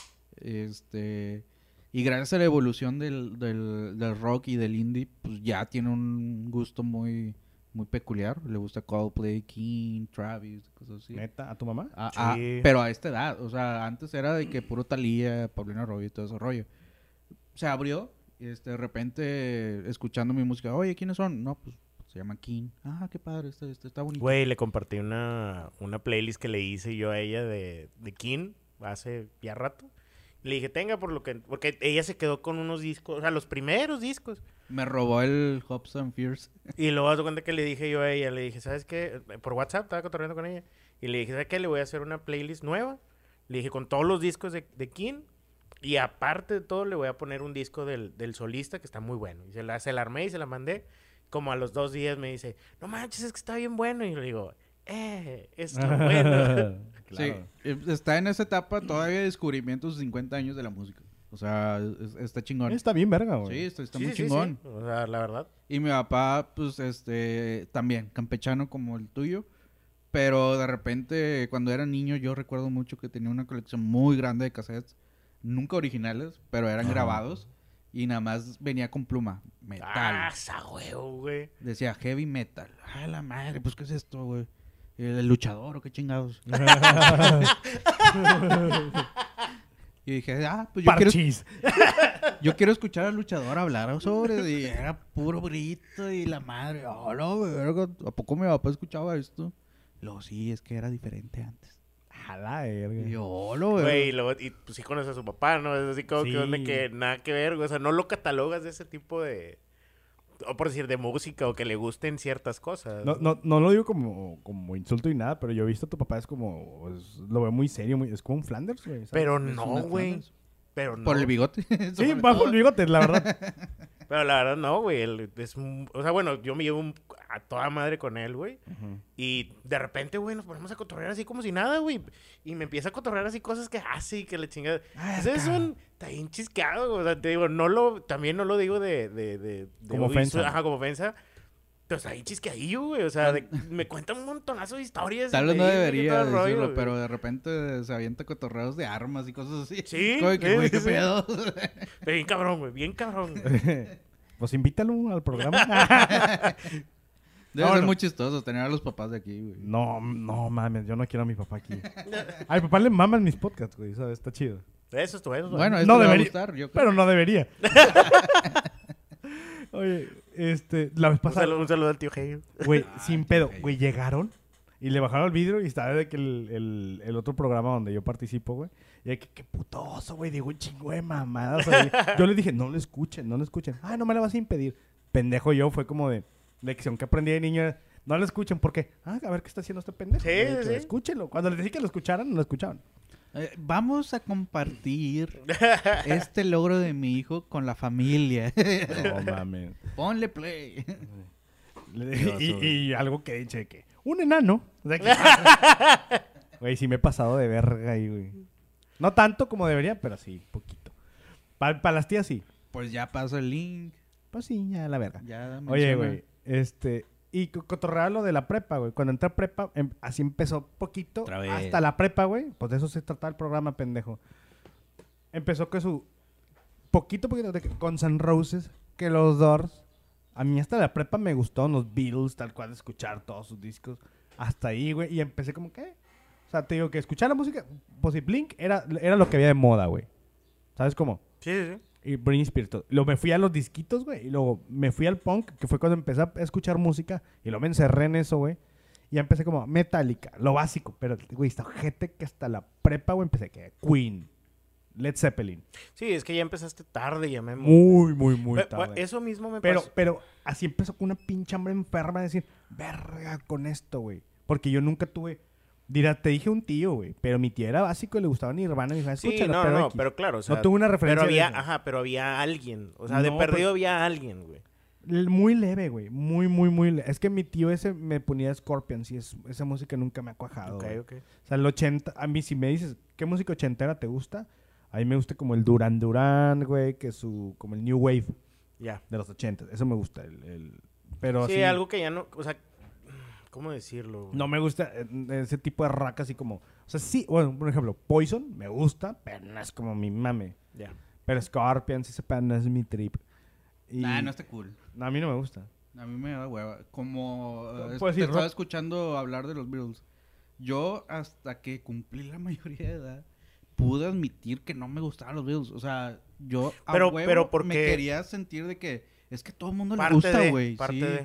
Y gracias a la evolución del rock y del indie, pues ya tiene un gusto muy, muy peculiar. Le gusta Coldplay, King, Travis, cosas así. ¿Neta? ¿A tu mamá? Sí. Pero a esta edad. O sea, antes era de que puro Thalía, Paulina Rubio y todo ese rollo. Se abrió, de repente, escuchando mi música. Oye, ¿quiénes son? No, pues, se llama King. Ah, qué padre, está bonito. Güey, le compartí una playlist que le hice yo a ella de King hace ya rato. Le dije, tenga, porque ella se quedó con unos discos, o sea, los primeros discos. Me robó el Hops and Fears. Y luego haz de cuenta que le dije yo a ella, le dije, ¿sabes qué? Por WhatsApp, estaba cotorreando con ella. Y le dije, ¿sabes qué? Le voy a hacer una playlist nueva. Le dije, con todos los discos de King. Y aparte de todo, le voy a poner un disco del solista que está muy bueno. Y se la armé y se la mandé. Como a los 2 días me dice, no manches, es que está bien bueno. Y le digo, está bueno. Claro. Sí, está en esa etapa todavía de descubrimiento de sus 50 años de la música. O sea, está chingón. Está bien verga, güey. Sí, está muy chingón. Sí. O sea, la verdad. Y mi papá, pues, también, campechano como el tuyo. Pero de repente, cuando era niño, yo recuerdo mucho que tenía una colección muy grande de cassettes. Nunca originales, pero eran grabados. Y nada más venía con pluma. Metal. Ah, esa huevo, güey. Decía heavy metal. Ay, la madre, pues, ¿qué es esto, güey? ¿El luchador o qué chingados? Y dije, pues yo quiero escuchar al luchador hablar sobre... Y era puro grito y la madre... Oh, no, verga, ¿a poco mi papá escuchaba esto? Luego, sí, es que era diferente antes. A la verga. Y yo, güey, y pues sí conoces a su papá, ¿no? Es así como que nada que ver, güey. O sea, no lo catalogas de ese tipo de... O por decir, de música o que le gusten ciertas cosas. No lo digo como insulto y nada, pero yo he visto a tu papá es como... lo veo muy serio, es como un Flanders, güey. Pero no, güey. Pero no. Por el bigote. Sí, bajo el bigote, la verdad. Pero la verdad no, güey. O sea, bueno, yo me llevo a toda madre con él, güey. Uh-huh. Y de repente, güey, nos ponemos a cotorrear así como si nada, güey. Y me empieza a cotorrear así cosas que hace y que le chingada. Eso es está bien chisqueado, güey. O sea, te digo, también no lo digo de como ofensa. Ajá, como ofensa. Pero está ahí chisqueadillo, güey. O sea, me cuentan un montonazo de historias. Tal vez no debería decirlo, pero de repente se avienta cotorreos de armas y cosas así. Sí. Güey, qué pedo. Bien cabrón, güey. Bien cabrón. Pues invítalo al programa. Debe ser muy chistoso tener a los papás de aquí, güey. No mames, yo no quiero a mi papá aquí. A mi papá le maman mis podcasts, güey, ¿sabes? Está chido. Eso es tu eso. Bueno, esto no le debería, va a gustar, yo creo. pero no debería. Oye, la vez pasada... Un saludo al tío Hey. Güey, sin pedo. Güey, llegaron y le bajaron el vidrio y estaba de que el otro programa donde yo participo, güey. Y de que, qué putoso, güey. Digo, un chingo de mamadas. Yo les dije, no lo escuchen. Ah, no me la vas a impedir. Pendejo yo, fue como de lección que aprendí de niño. No lo escuchen porque, a ver qué está haciendo este pendejo. Sí. Escúchenlo. Cuando les dije que lo escucharan, no lo escuchaban. Vamos a compartir este logro de mi hijo con la familia. No mames. Ponle play. Y algo que dice que un enano. Güey, sí me he pasado de verga ahí, güey. No tanto como debería, pero sí, poquito. Para las tías sí. Pues ya paso el link. Pues sí, ya la verga. Ya Oye, güey, y cotorreaba lo de la prepa, güey. Cuando entré a prepa, así empezó poquito. Hasta la prepa, güey. Pues de eso se trataba el programa, pendejo. Empezó con su... Poquito, con Sun Roses, que los Doors. A mí hasta la prepa me gustaron los Beatles, tal cual, escuchar todos sus discos. Hasta ahí, güey. Y empecé como que... O sea, te digo que escuchar la música... Pues si Blink era lo que había de moda, güey. ¿Sabes cómo? Sí. Y Britney Spears. Luego me fui a los disquitos, güey. Y luego me fui al punk, que fue cuando empecé a escuchar música. Y luego me encerré en eso, güey. Y ya empecé como Metallica, lo básico. Pero, güey, está ojete que hasta la prepa, güey, empecé que Queen, Led Zeppelin. Sí, es que ya empezaste tarde, ya me... Muy tarde. Eso mismo me pasó. Pero así empezó con una pinche hambre enferma de decir, verga con esto, güey. Porque yo nunca tuve... te dije un tío, güey, pero mi tío era básico y le gustaba Nirvana y dijo, escúchalo, pero claro, o sea, no tuve una referencia. Pero había alguien, o sea, de perdido había alguien, güey. Muy leve, güey, muy leve. Es que mi tío ese me ponía Scorpions y esa música nunca me ha cuajado. Ok. O sea, el 80, a mí si me dices, ¿qué música ochentera te gusta? A mí me gusta como el Duran Duran, güey, que como el New Wave de los 80. Eso me gusta, pero sí, así, algo que ya no, o sea, ¿cómo decirlo, güey? No me gusta ese tipo de rock así como... O sea, sí, bueno, por ejemplo, Poison me gusta, pero no es como mi mame. Ya. Pero Scorpions, ese pan no es mi trip. No está cool. No, a mí no me gusta. A mí me da hueva. Como Pues te estaba escuchando hablar de los Beatles. Yo, hasta que cumplí la mayoría de edad, pude admitir que no me gustaban los Beatles. O sea, yo pero me quería sentir de que es que todo el mundo le gusta, güey.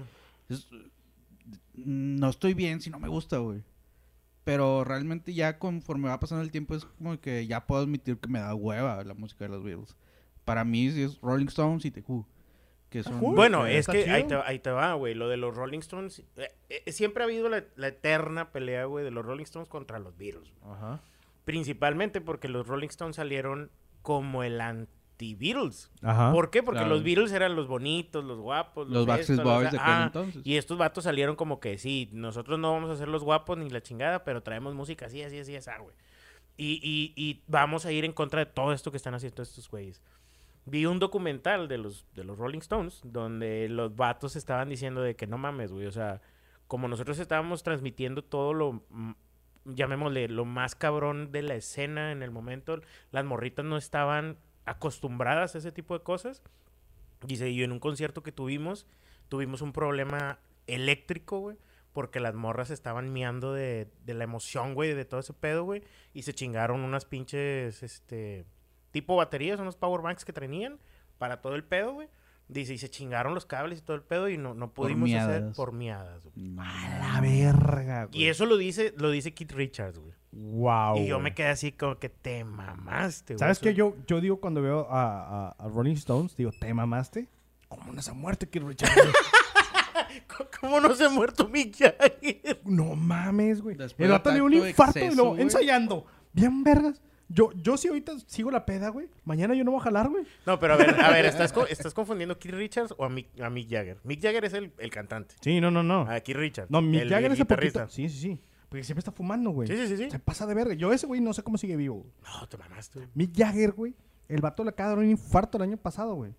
No estoy bien si no me gusta, güey. Pero realmente ya conforme va pasando el tiempo es como que ya puedo admitir que me da hueva la música de los Beatles. Para mí sí es Rolling Stones y The Who. Que son bueno, es que ahí te va, güey. Lo de los Rolling Stones... siempre ha habido la eterna pelea, güey, de los Rolling Stones contra los Beatles. Ajá. Principalmente porque los Rolling Stones salieron como el anti-Beatles. Ajá. ¿Por qué? Porque los Beatles eran los bonitos, los guapos. Los Backstreet Boys de aquel entonces. Y estos vatos salieron como que sí, nosotros no vamos a ser los guapos ni la chingada, pero traemos música así, güey. Y vamos a ir en contra de todo esto que están haciendo estos güeyes. Vi un documental de los Rolling Stones donde los vatos estaban diciendo de que no mames, güey. O sea, como nosotros estábamos transmitiendo todo lo... llamémosle, lo más cabrón de la escena en el momento, las morritas no estaban acostumbradas a ese tipo de cosas. Dice, y en un concierto que tuvimos un problema eléctrico, güey, porque las morras estaban miando de la emoción, güey, de todo ese pedo, güey, y se chingaron unas pinches, tipo baterías, unos power banks que tenían para todo el pedo, güey. Dice, y se chingaron los cables y todo el pedo y no pudimos hacer por miadas. A la verga, güey. Y eso lo dice Keith Richards, güey. Wow. Y yo me quedé así como que te mamaste, güey. ¿Sabes qué? Yo digo cuando veo a Rolling Stones, digo, ¿te mamaste? ¿Cómo no se ha muerto Keith Richards? ¿Cómo no se ha muerto Mick Jagger? No mames, güey. Después El vato le dio un infarto y luego güey. ensayando. Bien vergas. Yo si ahorita sigo la peda, güey, mañana yo no voy a jalar, güey. No, pero a ver, ¿estás confundiendo Keith Richards o a Mick Jagger? Mick Jagger es el cantante. Sí, no. A Keith Richards. No, Mick Jagger es el guitarrista. poquito. Sí. Porque siempre está fumando, güey. Sí. Se pasa de verga. Yo ese güey no sé cómo sigue vivo. No, te mamaste, güey. Mick Jagger, güey, el vato le acaba de dar un infarto el año pasado, güey.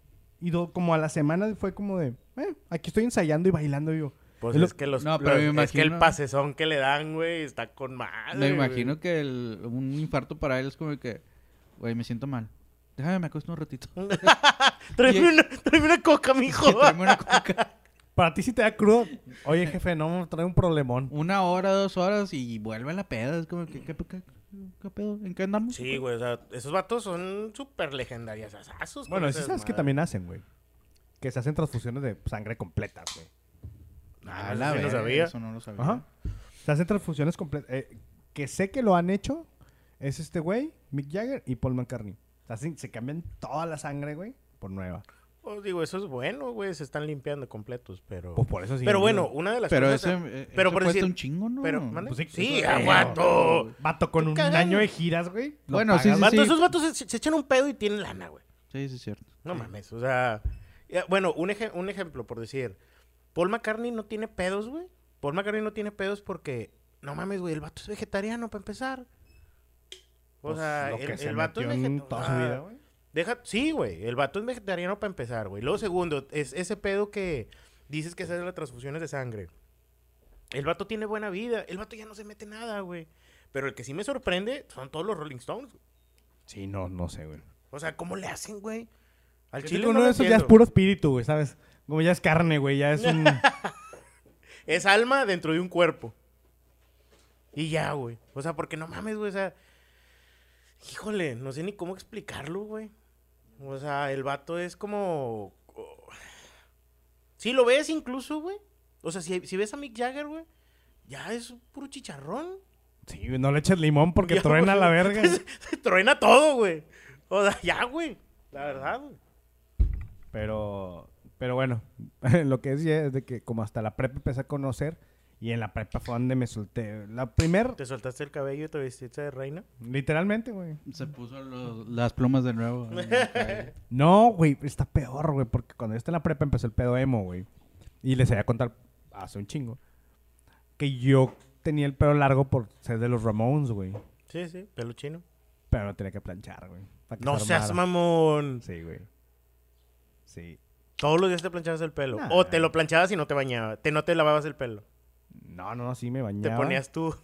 Y como a la semana fue como de, aquí estoy ensayando y bailando yo. Pues es que es que el pasezón que le dan, güey, está con madre. Me imagino que un infarto para él es como que, güey, me siento mal. Déjame, me acuesto un ratito. Tráeme una coca, mijo. Tráeme una coca. Para ti si te da crudo. Oye, jefe, no, trae un problemón. 1 hora, 2 horas y vuelve a la peda. Es como que, ¿qué pedo? ¿En qué andamos? Sí, güey, o sea, esos vatos son súper legendarios. Bueno, sí sabes que también hacen, güey. Que se hacen transfusiones de sangre completas, güey. No sabía. Eso no lo sabía. Ajá. Se hacen transfusiones completas. Que sé que lo han hecho es este güey, Mick Jagger y Paul McCartney. O sea, se cambian toda la sangre, güey, por nueva. Pues digo, eso es bueno, güey, se están limpiando completos, pero... Pues por eso sí. Pero bueno, una de las cosas... Pero por cuesta un chingo, ¿no? Pero, pues sí, aguanto. Vato con un año de giras, güey. Bueno, sí. Esos vatos se echan un pedo y tienen lana, güey. Sí, es cierto. No mames, o sea... Bueno, un ejemplo, por decir... Paul McCartney no tiene pedos, güey. Paul McCartney no tiene pedos porque... No mames, güey, el vato es vegetariano, para empezar. O sea, el vato es vegetariano. Toda su vida, güey. Sí, güey. El vato es vegetariano para empezar, güey. Luego, segundo, es ese pedo que dices que se hace las transfusiones de sangre. El vato tiene buena vida. El vato ya no se mete nada, güey. Pero el que sí me sorprende son todos los Rolling Stones. Sí, no sé, güey. O sea, ¿cómo le hacen, güey? Al chile uno de esos ya es puro espíritu, güey, ¿sabes? Como ya es carne, güey. Ya es un... Es alma dentro de un cuerpo. Y ya, güey. O sea, porque no mames, güey. O sea... Híjole, no sé ni cómo explicarlo, güey. O sea, el vato es como... Si lo ves incluso, güey. O sea, si ves a Mick Jagger, güey. Ya es puro chicharrón. Sí, no le eches limón porque ya, truena la verga. Truena todo, güey. O sea, ya, güey. La verdad, güey. Pero bueno, lo que decía es de que como hasta la prepa empecé a conocer... Y en la prepa fue donde me solté. ¿Te soltaste el cabello y te vestiste de reina? Literalmente, güey. Se puso las plumas de nuevo. No, güey, está peor, güey. Porque cuando yo estaba en la prepa empezó el pedo emo, güey. Y les voy a contar hace un chingo. Que yo tenía el pelo largo por ser de los Ramones, güey. Sí, pelo chino. Pero no tenía que planchar, güey. No seas mamón. Sí, güey. Sí. ¿Todos los días te planchabas el pelo? Nah. ¿O te lo planchabas y no te bañabas? ¿No te lavabas el pelo? No, sí me bañaba. ¿Te ponías tu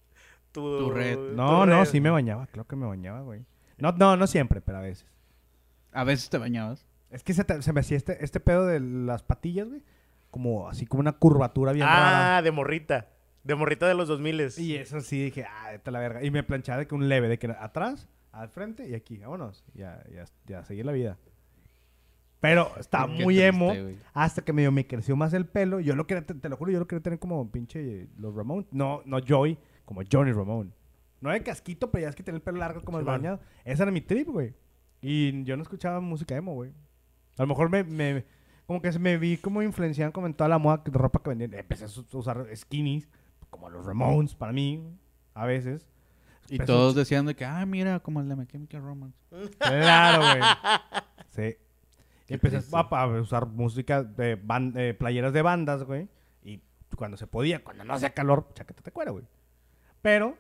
red? No, sí me bañaba. Creo que me bañaba, güey. No siempre, pero a veces. ¿A veces te bañabas? Es que se me hacía este pedo de las patillas, güey. Así como una curvatura bien rara. Ah, de morrita. De morrita de los 2000. Y eso sí, dije, esta la verga. Y me planchaba de que un leve, de que atrás, al frente y aquí. Vámonos. Ya seguí la vida. Pero estaba muy emo hasta que me creció más el pelo. Yo lo quería, te lo juro, yo lo quería tener como pinche los Ramones. No Joey, como Johnny Ramone. No de casquito, pero ya es que tenía el pelo largo como el bañado. Esa era mi trip, güey. Y yo no escuchaba música emo, güey. A lo mejor como que me vi como influenciado como en toda la moda de ropa que vendían. Empecé a usar skinnies, como los Ramones, para mí, a veces. Y todos decían de que, mira, como el de My Chemical Romance. Claro, güey. Sí. Y empecé a usar música de playeras de bandas, güey. Y cuando se podía, cuando no hacía calor, chaqueta de cuero, güey. Pero,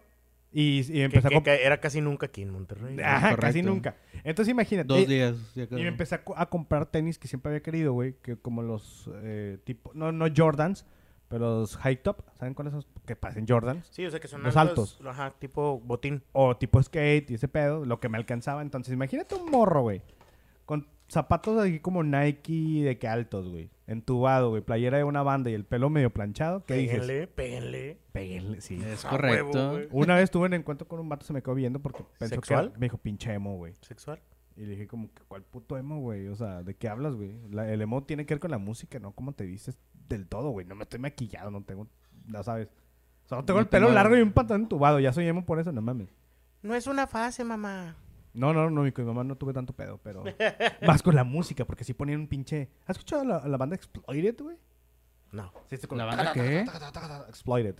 y empecé que era casi nunca aquí en Monterrey. Ajá, casi nunca. Entonces imagínate. 2 días. Y me empecé a comprar tenis que siempre había querido, güey. Que como los tipo, no Jordans, pero los high top. ¿Saben cuáles son? Que parecen Jordans. Sí, o sea que son los altos. Ajá, tipo botín. O tipo skate y ese pedo, lo que me alcanzaba. Entonces imagínate un morro, güey. Con zapatos así como Nike de que altos, güey. Entubado, güey. Playera de una banda y el pelo medio planchado. ¿Qué dices? Péguenle, sí. Es correcto. Huevo, una vez tuve un encuentro con un vato, se me quedó viendo porque pensó ¿Sexual? que me dijo, pinche emo, güey. ¿Sexual? Y le dije como, ¿cuál puto emo, güey? O sea, ¿de qué hablas, güey? El emo tiene que ver con la música, no cómo te vistes del todo, güey. No me estoy maquillado, no tengo, no sabes. Solo tengo el pelo largo y un pantalón entubado. Ya soy emo por eso, no mames. No es una fase, mamá. No, con mi mamá no tuve tanto pedo, pero... Más con la música, porque sí ponían un pinche... ¿Has escuchado la banda Exploited, güey? No. Sí, ¿La banda qué? Exploited.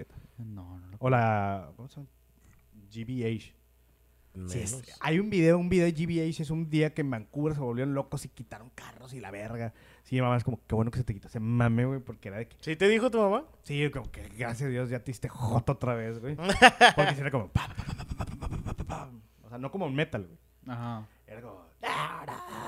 No. O la... ¿Cómo se llama? GBH. Sí, Sí, hay un video de GBH. Es un día que en Vancouver se volvieron locos y quitaron carros y la verga. Sí, mi mamá es como, qué bueno que se te quitó ese mame, güey, porque era de que... ¿Sí te dijo tu mamá? Sí, como que gracias a Dios ya te diste joto otra vez, güey. Porque era como... O sea, no como un metal, güey. Ajá. Era como...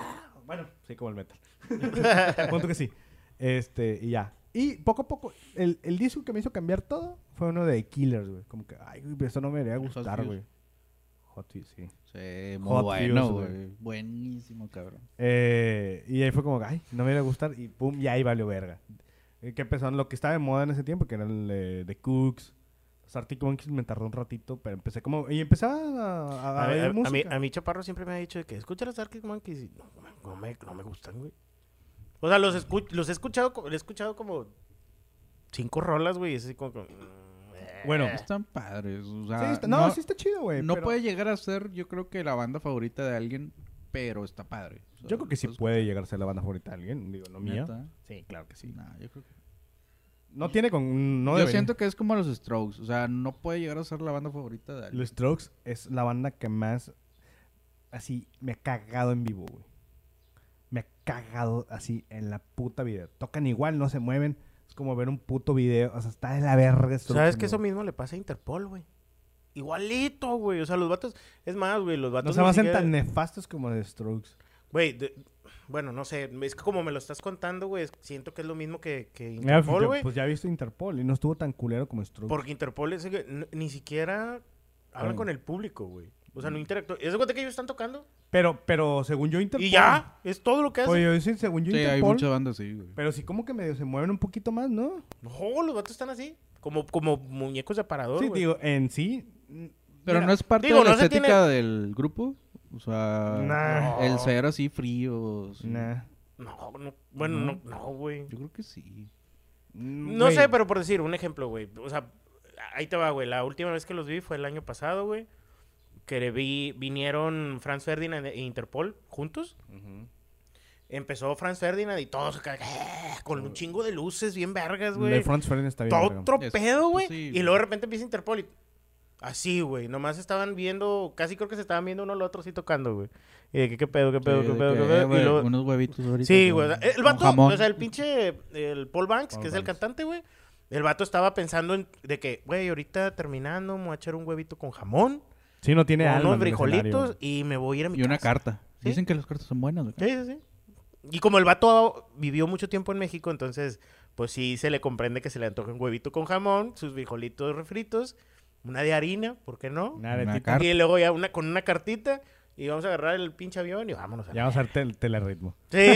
Bueno, sí, como el metal. Punto que sí. Y ya. Y poco a poco, el disco que me hizo cambiar todo fue uno de Killers, güey. Como que, ay, güey, esto no me debería gustar, güey. Hot Fuzz, sí. Sí, muy bueno, güey. Buenísimo, cabrón. Y ahí fue como, ay, no me iba a gustar. Y pum, ya ahí valió verga. Que empezaron lo que estaba de moda en ese tiempo, que era el de Cooks. Los Arctic Monkeys me tardó un ratito, pero empecé como... Y empezaba a ver música. A mí Chaparro siempre me ha dicho de que escucha los Arctic Monkeys y no me gustan, güey. O sea, los he escuchado como 5 rolas, güey. Y es así como... Bueno, están padres. O sea, sí está chido, güey. No puede llegar a ser, yo creo que la banda favorita de alguien, pero está padre. O sea, yo creo que sí puede llegar a ser la banda favorita de alguien. Digo, no mía. ¿Neta? Sí, claro que sí. Nah, yo creo que... No tiene con... No yo siento que es como los Strokes. O sea, no puede llegar a ser la banda favorita de alguien. Los Strokes es la banda que más... Así, me ha cagado en vivo, güey. Me ha cagado así en la puta video. Tocan igual, no se mueven. Es como ver un puto video. O sea, está de la verga. ¿Sabes que eso mismo le pasa a Interpol, güey? Igualito, güey. O sea, los vatos... Es más, güey, los vatos... No se me hacen tan nefastos como de Strokes. Güey, bueno, no sé. Es que como me lo estás contando, güey, siento que es lo mismo que Interpol, güey. Pues ya he visto Interpol y no estuvo tan culero como Strokes. Porque Interpol es ni siquiera hablan con el público, güey. O sea, no interactúan. ¿Es de cuenta que ellos están tocando? Pero según yo Interpol... Y ya, es todo lo que hacen. Oye, sí, según yo sí, Interpol... hay muchas bandas así, güey. Pero sí como que medio se mueven un poquito más, ¿no? No, los vatos están así. Como muñecos de aparador, sí, güey. Digo, en sí... Pero mira, no es parte de la estética del grupo. O sea, el ser así frío. Sí. No, bueno, no, güey. Yo creo que sí. No sé, pero por decir, un ejemplo, güey. O sea, ahí te va, güey. La última vez que los vi fue el año pasado, güey. Que vinieron Franz Ferdinand e Interpol juntos. Empezó Franz Ferdinand y todos con un chingo de luces bien vergas, güey. El Franz Ferdinand está bien. Todo otro pedo, güey. Sí, y luego de repente empieza Interpol y... Así, güey. Nomás estaban viendo... Casi creo que se estaban viendo uno al otro así tocando, güey. Y ¿qué pedo? Y luego... Unos huevitos ahorita. Sí, güey. El vato... O sea, el pinche... El Paul Banks, que es el cantante, güey. El vato estaba pensando de que... Güey, ahorita terminando me voy a echar un huevito con jamón. Sí, no tiene alma. Unos frijolitos y me voy a ir a mi casa. Y una carta. ¿Sí? Dicen que las cartas son buenas, güey. Sí. Y como el vato vivió mucho tiempo en México, entonces... Pues sí se le comprende que se le antoje un huevito con jamón, sus frijolitos refritos... Una de harina, ¿por qué no? Y luego ya con una cartita y vamos a agarrar el pinche avión y vámonos. Ya vamos a hacer el telerritmo. Sí.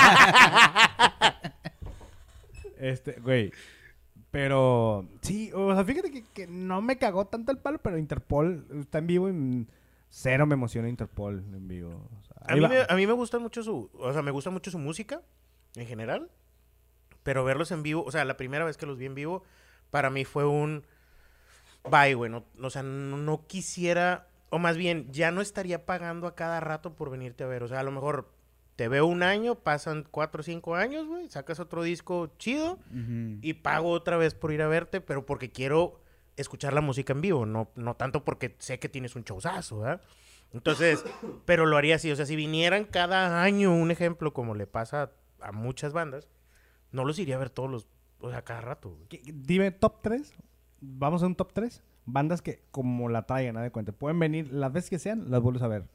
Güey. Pero sí, o sea, fíjate que no me cagó tanto el palo, pero Interpol está en vivo y cero me emociona Interpol en vivo. O sea, a mí me gusta mucho me gusta mucho su música en general, pero verlos en vivo, o sea, la primera vez que los vi en vivo, para mí fue un... Bye, güey. O sea, no quisiera... O más bien, ya no estaría pagando a cada rato por venirte a ver. O sea, a lo mejor te veo un año, pasan 4 o 5 años, güey. Sacas otro disco chido y pago otra vez por ir a verte, pero porque quiero escuchar la música en vivo. No tanto porque sé que tienes un showzazo, ¿verdad? Entonces, pero lo haría así. O sea, si vinieran cada año, un ejemplo, como le pasa a muchas bandas, no los iría a ver todos los... O sea, cada rato, güey. Dime, ¿top 3? Vamos a un top 3. Bandas que, como la traigan, nada de cuenta. Pueden venir las veces que sean, las vuelves a ver.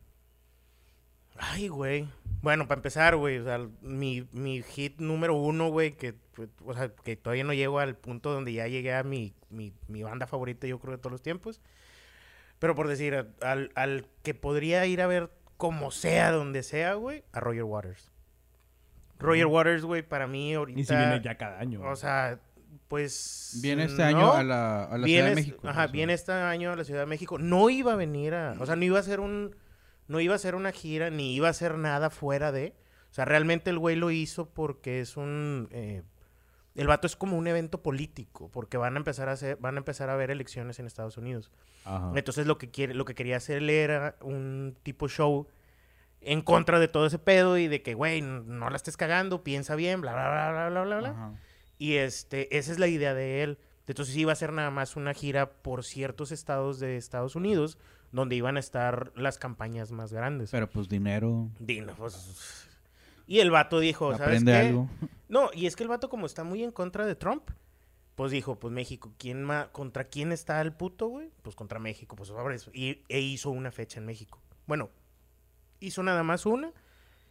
Ay, güey. Bueno, para empezar, güey. O sea, mi hit número 1, güey, o sea, que todavía no llego al punto donde ya llegué a mi banda favorita, yo creo, de todos los tiempos. Pero por decir, al que podría ir a ver como sea, donde sea, güey, a Roger Waters. Roger Waters, güey, para mí ahorita... Y si viene ya cada año. O sea... Pues... Viene este año a la Ciudad de México. Ajá, viene este año a la Ciudad de México. No iba a venir o sea, no iba a ser una gira, ni iba a hacer nada fuera de... O sea, realmente el güey lo hizo porque es el vato es como un evento político, porque van a empezar a ver elecciones en Estados Unidos. Ajá. Entonces lo que quería hacer él era un tipo show en contra de todo ese pedo y de que, güey, no la estés cagando, piensa bien, bla, bla, bla, bla, bla, bla, bla. Ajá. Y esa es la idea de él. Entonces iba a ser nada más una gira por ciertos estados de Estados Unidos donde iban a estar las campañas más grandes. Pero pues dinero. Pues... Y el vato dijo, ¿sabes qué? Algo. No, y es que el vato como está muy en contra de Trump, pues dijo, pues México, ¿contra quién está el puto, güey? Pues contra México, pues sobre eso. E hizo una fecha en México. Bueno, hizo nada más una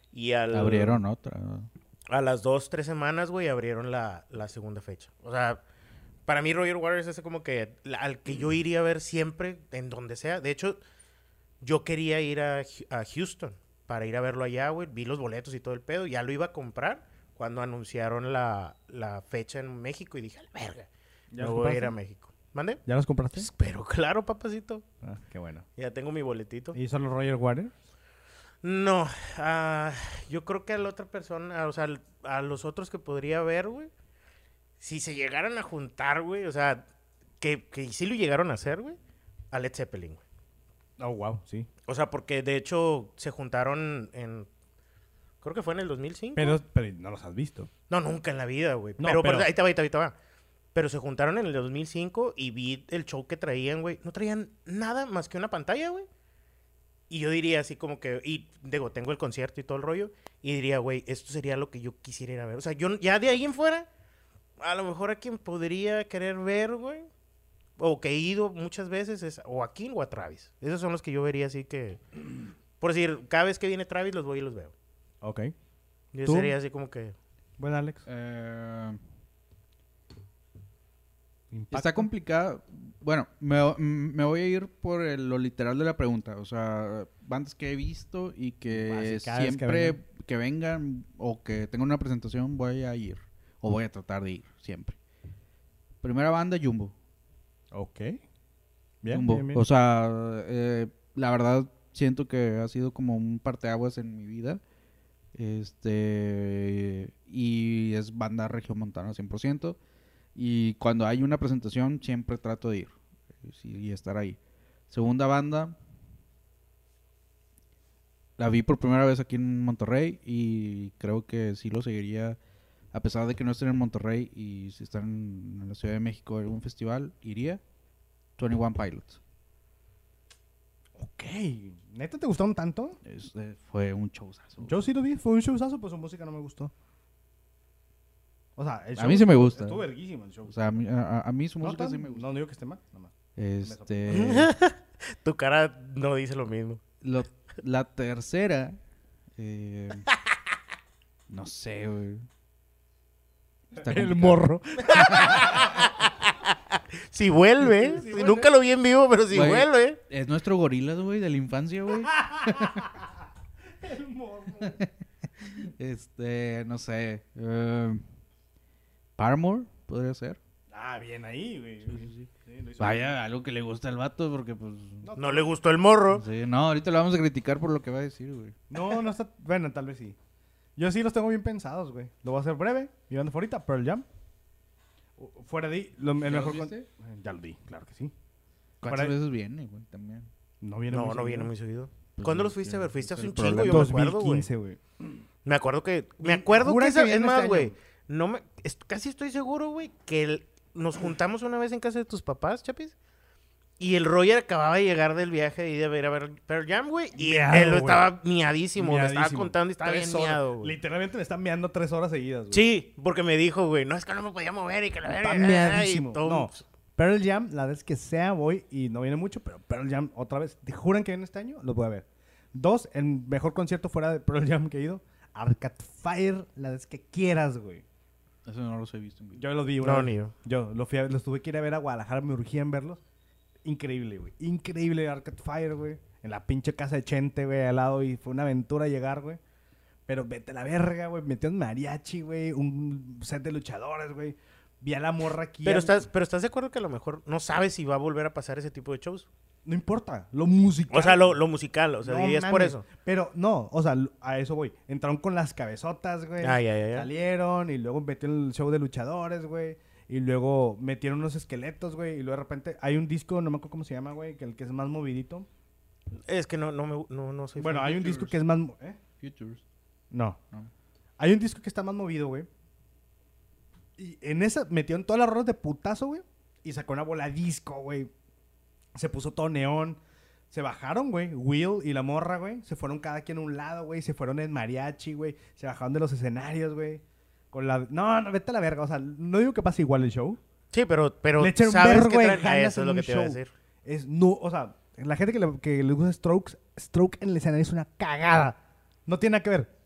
Y abrieron otra. A las 2-3 semanas, güey, abrieron la segunda fecha. O sea, para mí Roger Waters es como que al que yo iría a ver siempre, en donde sea. De hecho, yo quería ir a Houston para ir a verlo allá, güey. Vi los boletos y todo el pedo. Ya lo iba a comprar cuando anunciaron la fecha en México y dije, al verga, no voy a ir a México. ¿Mande? ¿Ya los compraste? Pero claro, papacito. Ah, qué bueno. Ya tengo mi boletito. ¿Y solo Roger Waters? No, yo creo que a la otra persona, o sea, a los otros que podría ver, güey, si se llegaran a juntar, güey, o sea, que sí lo llegaron a hacer, güey, a Led Zeppelin, güey. Oh, wow, sí. O sea, porque de hecho se juntaron creo que fue en el 2005. Pero no los has visto. No, nunca en la vida, güey. No, pero ahí te va. Pero se juntaron en el 2005 y vi el show que traían, güey. No traían nada más que una pantalla, güey. Y yo diría así como que... Y digo, tengo el concierto y todo el rollo. Y diría, güey, esto sería lo que yo quisiera ir a ver. O sea, yo ya de ahí en fuera... A lo mejor a quien podría querer ver, güey. O que he ido muchas veces es o a King o a Travis. Esos son los que yo vería así que... Por decir, cada vez que viene Travis los voy y los veo. Ok. Yo sería así como que... Bueno, Alex. Está complicado. Bueno, me voy a ir por lo literal de la pregunta. O sea, bandas que he visto y que siempre que vengan o que tengan una presentación voy a ir. O voy a tratar de ir, siempre. Primera banda, Jumbo. Ok. Bien, Jumbo. bien. O sea, la verdad siento que ha sido como un parteaguas en mi vida. Y es banda regiomontana 100%. Y cuando hay una presentación siempre trato de ir y estar ahí. Segunda banda, la vi por primera vez aquí en Monterrey y creo que sí lo seguiría, a pesar de que no estén en Monterrey y si están en la Ciudad de México en algún festival, iría. 21 Pilots. Ok. ¿Neta te gustaron tanto? Fue un showzazo. Yo sí lo vi, fue un showzazo, pues su música no me gustó. O sea, el show a mí sí me gusta. Estuvo verguísimo el show. O sea, a mí su música sí me gusta. No digo que esté mal, nada más. Tu cara no dice lo mismo. La tercera... no sé, güey. El morro. Si vuelve. Sí, nunca lo vi en vivo, pero si vuelve. Es nuestro Gorillaz, güey, de la infancia, güey. El morro. No sé. Paramore, podría ser. Ah, bien ahí, güey. Sí. Vaya, algo que le gusta al vato, porque pues... No le gustó el morro. Sí, no, ahorita lo vamos a criticar por lo que va a decir, güey. No está... Bueno, tal vez sí. Yo sí los tengo bien pensados, güey. Lo voy a hacer breve. Mi banda favorita, Pearl Jam. Fuera de ahí, el mejor... Ya lo vi, claro que sí. ¿Cuántas veces viene, güey, también? No viene muy seguido. Pues ¿cuándo los fuiste a ver? Fuiste hace un chingo, yo 2015, güey. Me acuerdo que es más, güey. Casi estoy seguro, güey, que nos juntamos una vez en casa de tus papás, Chapis. Y el Roger acababa de llegar del viaje y de ver a ver Pearl Jam, güey. Y él estaba miadísimo. Me estaba contando y estaba bien miado, güey. Literalmente me están miando 3 horas seguidas, güey. Sí, porque me dijo, güey, no, es que no me podía mover y que la verga. Está miadísimo. No, Pearl Jam, la vez que sea voy y no viene mucho, pero Pearl Jam otra vez. ¿Te juran que viene este año? Los voy a ver. 2, el mejor concierto fuera de Pearl Jam que he ido. Arcade Fire, la vez que quieras, güey. Eso no los he visto en vivo. Yo los vi, güey. No, ni yo. Yo los tuve que ir a ver a Guadalajara, me urgía en verlos. Increíble, güey. Increíble Arcade Fire, güey. En la pinche casa de Chente, güey, al lado. Y fue una aventura llegar, güey. Pero vete a la verga, güey. Metió un mariachi, güey. Un set de luchadores, güey. Vi a la morra aquí. Pero estás de acuerdo que a lo mejor no sabes si va a volver a pasar ese tipo de shows. No importa. Lo musical. O sea, lo musical. O sea, no, dirías por eso. Pero no, o sea, a eso voy. Entraron con las cabezotas, güey. Salieron y luego metió el show de luchadores, güey. Y luego metieron unos esqueletos, güey. Y luego de repente hay un disco, no me acuerdo cómo se llama, güey, que el que es más movidito. Es que no soy... Bueno, hay un disco que es más... Futures. No. Hay un disco que está más movido, güey. Y en esa metieron todas las rolas de putazo, güey. Y sacó una bola disco, güey. Se puso todo neón. Se bajaron, güey. Will y la morra, güey. Se fueron cada quien a un lado, güey. Se fueron en mariachi, güey. Se bajaron de los escenarios, güey. No, vete a la verga. O sea, no digo que pase igual el show. Sí, pero le echaron sabes que eso es lo que te iba a decir. O sea, la gente que le gusta Stroke en el escenario es una cagada. No tiene nada que ver.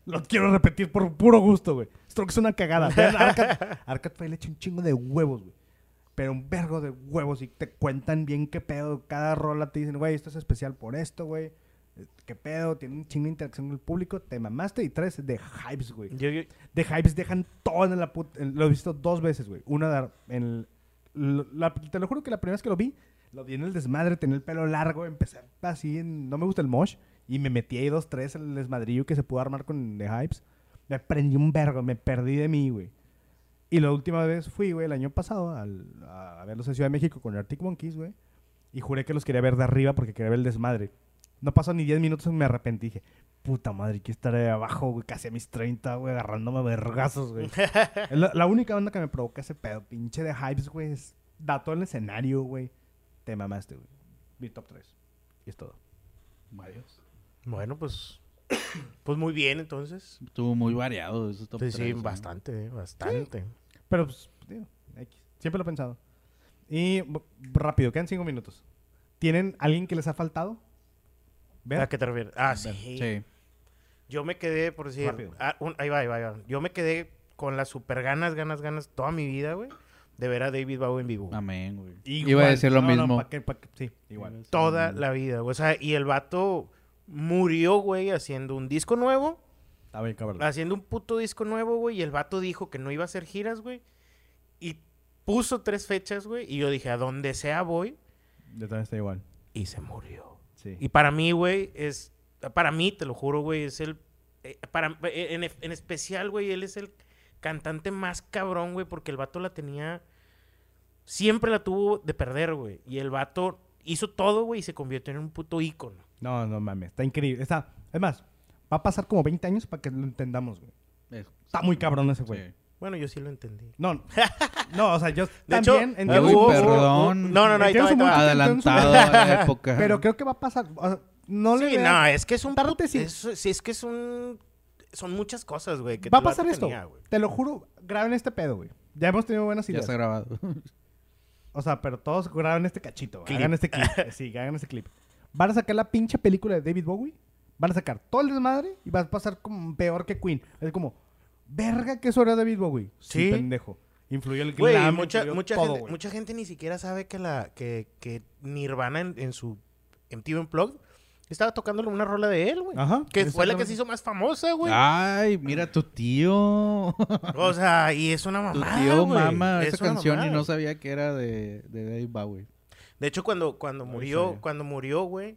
Lo quiero repetir por puro gusto, güey. Strokes es una cagada. Vean, Arcade Fire le echa un chingo de huevos, güey. Pero un vergo de huevos. Y te cuentan bien qué pedo. Cada rola te dicen, güey, esto es especial por esto, güey. ¿Qué pedo? Tiene un chingo de interacción con el público. Te mamaste. Y tres de hypes, güey. De hypes dejan todo en la puta... Lo he visto 2 veces, güey. Una en te lo juro que la primera vez que lo vi en el desmadre. Tenía el pelo largo. Empecé así no me gusta el mosh. Y me metí ahí 2, 3 en el desmadrillo que se pudo armar con The Hypes. Me prendí un vergo, me perdí de mí, güey. Y la última vez fui, güey, el año pasado a verlos en Ciudad de México con Arctic Monkeys, güey. Y juré que los quería ver de arriba porque quería ver el desmadre. No pasó ni 10 minutos y me arrepentí. Dije, puta madre, quiero estar ahí abajo, güey, casi a mis 30, güey, agarrándome vergazos, güey. Es la única onda que me provoca ese pedo. Pinche The Hypes, güey, da todo el escenario, güey. Te mamaste, güey. Mi top 3. Y es todo. Adiós. Bueno, pues muy bien, entonces. Estuvo muy variado ese top 3. Sí, bastante. Sí. Pero, pues, tío, siempre lo he pensado. Y rápido, quedan 5 minutos. ¿Tienen alguien que les ha faltado? ¿Ver? ¿A qué te refieres? Sí. Yo me quedé, por decir... Ahí va. Yo me quedé con las super ganas toda mi vida, güey, de ver a David Bowie en vivo. Amén, güey. Iba a decir lo mismo. Sí, igual. Toda la vida, güey. O sea, y el vato... murió, güey, haciendo un disco nuevo. Bien, cabrón. Haciendo un puto disco nuevo, güey. Y el vato dijo que no iba a hacer giras, güey. Y puso 3 fechas, güey. Y yo dije, a donde sea voy. Yo también estoy igual. Y se murió. Sí. Y para mí, güey, para mí, te lo juro, güey, es el... en especial, güey, él es el cantante más cabrón, güey. Porque el vato la tenía... Siempre la tuvo de perder, güey. Y el vato hizo todo, güey, y se convirtió en un puto ícono. No mames, está increíble. Es más, va a pasar como 20 años para que lo entendamos, güey. Está muy cabrón ese güey. Sí. Bueno, yo sí lo entendí. No, o sea, yo de también hecho, entiendo. Perdón. No, ahí está. Adelantado a la época. Pero creo que va a pasar. O sea, es que es un... es que es un... Son muchas cosas, güey. Va a pasar esto. Te lo juro, graben este pedo, güey. Ya hemos tenido buenas ideas. Ya está grabado. O sea, pero todos graben este cachito. Hagan este clip. Sí, hagan este clip. Van a sacar la pinche película de David Bowie. Van a sacar todo el desmadre y va a pasar como peor que Queen. Es como, verga, que eso era David Bowie. Sí, pendejo. Influyó el glam, mucha gente ni siquiera sabe que Nirvana en su MTV Unplugged estaba tocándole una rola de él, güey. Ajá. Que fue la que se hizo más famosa, güey. Ay, mira tu tío. O sea, y es una mamada, tu tío mama esa canción mamada. Y no sabía que era de David Bowie. De hecho, cuando murió, güey,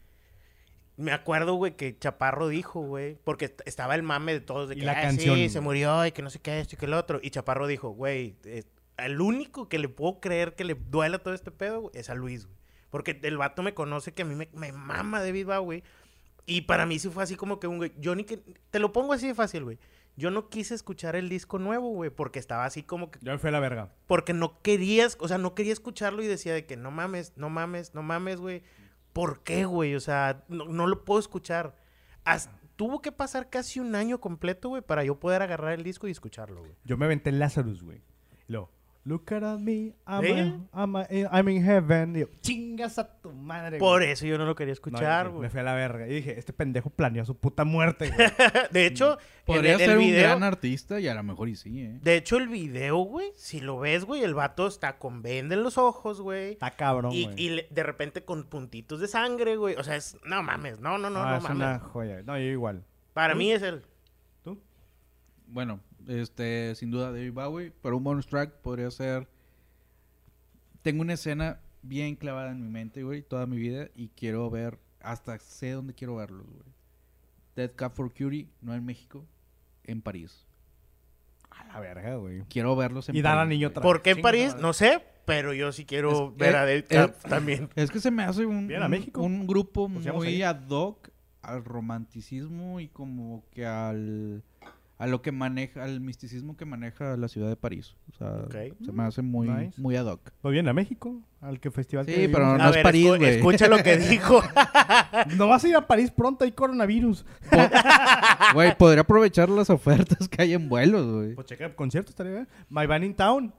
me acuerdo, güey, que Chaparro dijo, güey, porque estaba el mame de todos de que, canción, sí, se murió y que no sé qué, esto y que el otro. Y Chaparro dijo, güey, el único que le puedo creer que le duela todo este pedo, güey, es a Luis, güey. Porque el vato me conoce que a mí me mama David Bowie. Y para mí sí fue así como que un güey, yo ni que... Te lo pongo así de fácil, güey. Yo no quise escuchar el disco nuevo, güey, porque estaba así como que... Yo me fui a la verga. Porque no quería escucharlo y decía de que no mames, güey. ¿Por qué, güey? O sea, no lo puedo escuchar. Tuvo que pasar casi un año completo, güey, para yo poder agarrar el disco y escucharlo, güey. Yo me aventé Lazarus, güey. Look at me, I'm in heaven. Digo, chingas a tu madre, güey. Por eso yo no lo quería escuchar, güey. Me fui a la verga. Y dije, este pendejo planeó su puta muerte, güey. De hecho, podría ser un gran artista y a lo mejor y sí, ¿eh? De hecho, el video, güey, si lo ves, güey, el vato está con venda en los ojos, güey. Está cabrón, güey. Y de repente con puntitos de sangre, güey. O sea, no mames, no mames. Es una joya. No, yo igual. Para mí es él. ¿Tú? Bueno, sin duda David Bowie, pero un bonus track podría ser... Tengo una escena bien clavada en mi mente, güey, toda mi vida, y quiero ver, hasta sé dónde quiero verlos, güey. Dead Cab for Cutie, no en México, en París. A la verga, güey. Quiero verlos en París. Y dar a niño otra. ¿Por qué en París? No sé, pero yo sí quiero ver a Dead Cab también. Es que se me hace un grupo pues muy ad hoc al romanticismo y como que a lo que maneja, al misticismo que maneja la ciudad de París. O sea, se me hace muy, nice. Muy ad hoc. Pues bien, a México, al que festival sí, que pero no es París, güey. Escucha lo que dijo. No vas a ir a París pronto, hay coronavirus. Güey, podría aprovechar las ofertas que hay en vuelos, güey. Pues checa, concierto estaría bien. My Van in Town.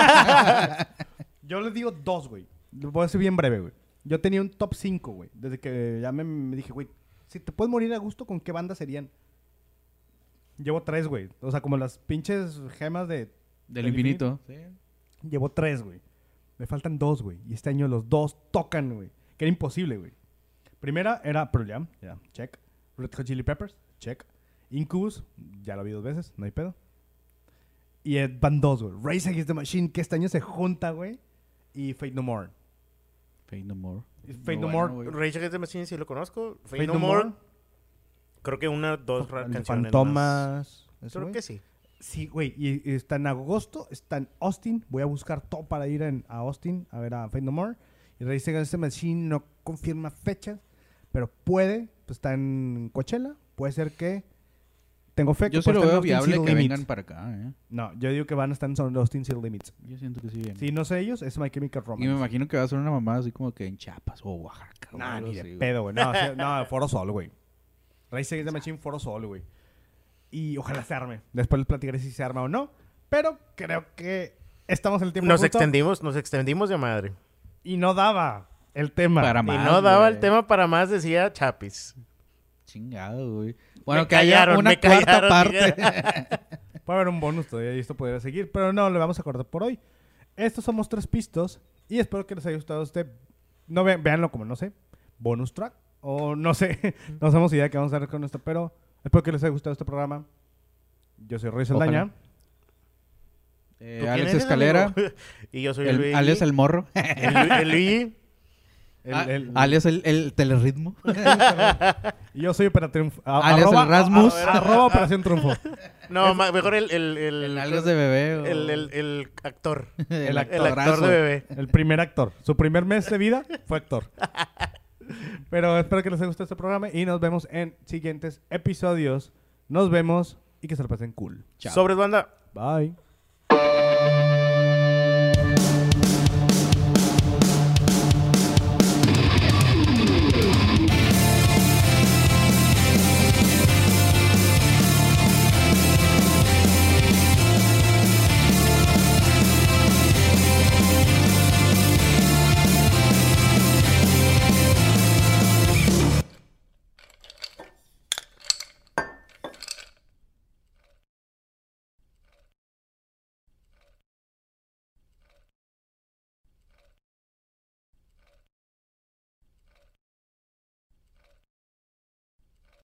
Yo les digo 2, güey. Lo voy a decir bien breve, güey. Yo tenía un top 5, güey. Desde que ya me dije, güey, si te puedes morir a gusto, ¿con qué banda serían? Llevo 3, güey. O sea, como las pinches gemas del infinito. Sí. Llevo 3, güey. Me faltan 2, güey. Y este año los 2 tocan, güey. Que era imposible, güey. Primera era Pearl Jam. Ya, check. Red Hot Chili Peppers. Check. Incubus. Ya lo vi 2 veces. No hay pedo. Y van 2, güey. Rage Against the Machine, que este año se junta, güey. Y Fate No More. Fate No More. Fate No More. Bueno, Rage Against the Machine sí lo conozco. Fate No More. Creo que 2 canciones Fantomas. Más. Creo que sí. Sí, güey. Y está en agosto. Está en Austin. Voy a buscar todo para ir a Austin a ver a Fate No More. Y Rage Against the Machine no confirma fechas. Pero puede. Pues está en Coachella. Puede ser que... Tengo fe que yo sí lo veo viable que vengan para acá, No, yo digo que van a estar en Austin City Limits. Yo siento que sí vienen. Si no sé ellos, es My Chemical Romance. Y me imagino que va a ser una mamada así como que en Chiapas o Oaxaca. Nah, ni de pedo, güey. No, Foro Sol, güey. Rage Against the Machine, Foro Sol, güey. Y ojalá se arme. Después les platicaré si se arma o no. Pero creo que estamos en el tiempo Nos extendimos de madre. Y no daba el tema. Para más, y no daba el tema para más, decía Chapis. Chingado, güey. Bueno, que haya una cuarta parte. Puede haber un bonus todavía y esto podría seguir. Pero no, lo vamos a cortar por hoy. Estos somos 3 pistos. Y espero que les haya gustado No véanlo como, no sé, bonus track. O no sé. No tenemos idea de qué vamos a hacer con esto. Pero espero que les haya gustado este programa. Yo soy Roy Saldaña. Alex Escalera. Y yo soy el Luigi. Alias el Morro. El Luigi. Alias el Telerritmo. Y yo soy Operación Triunfo. Alias el Rasmus. @ Operación Triunfo. No, mejor el alias de bebé. O... El actor. El actor de bebé. El primer actor. Su primer mes de vida fue actor. Pero espero que les haya gustado este programa y nos vemos en siguientes episodios. Nos vemos y que se lo pasen cool. Chao. Sobres, banda. Bye.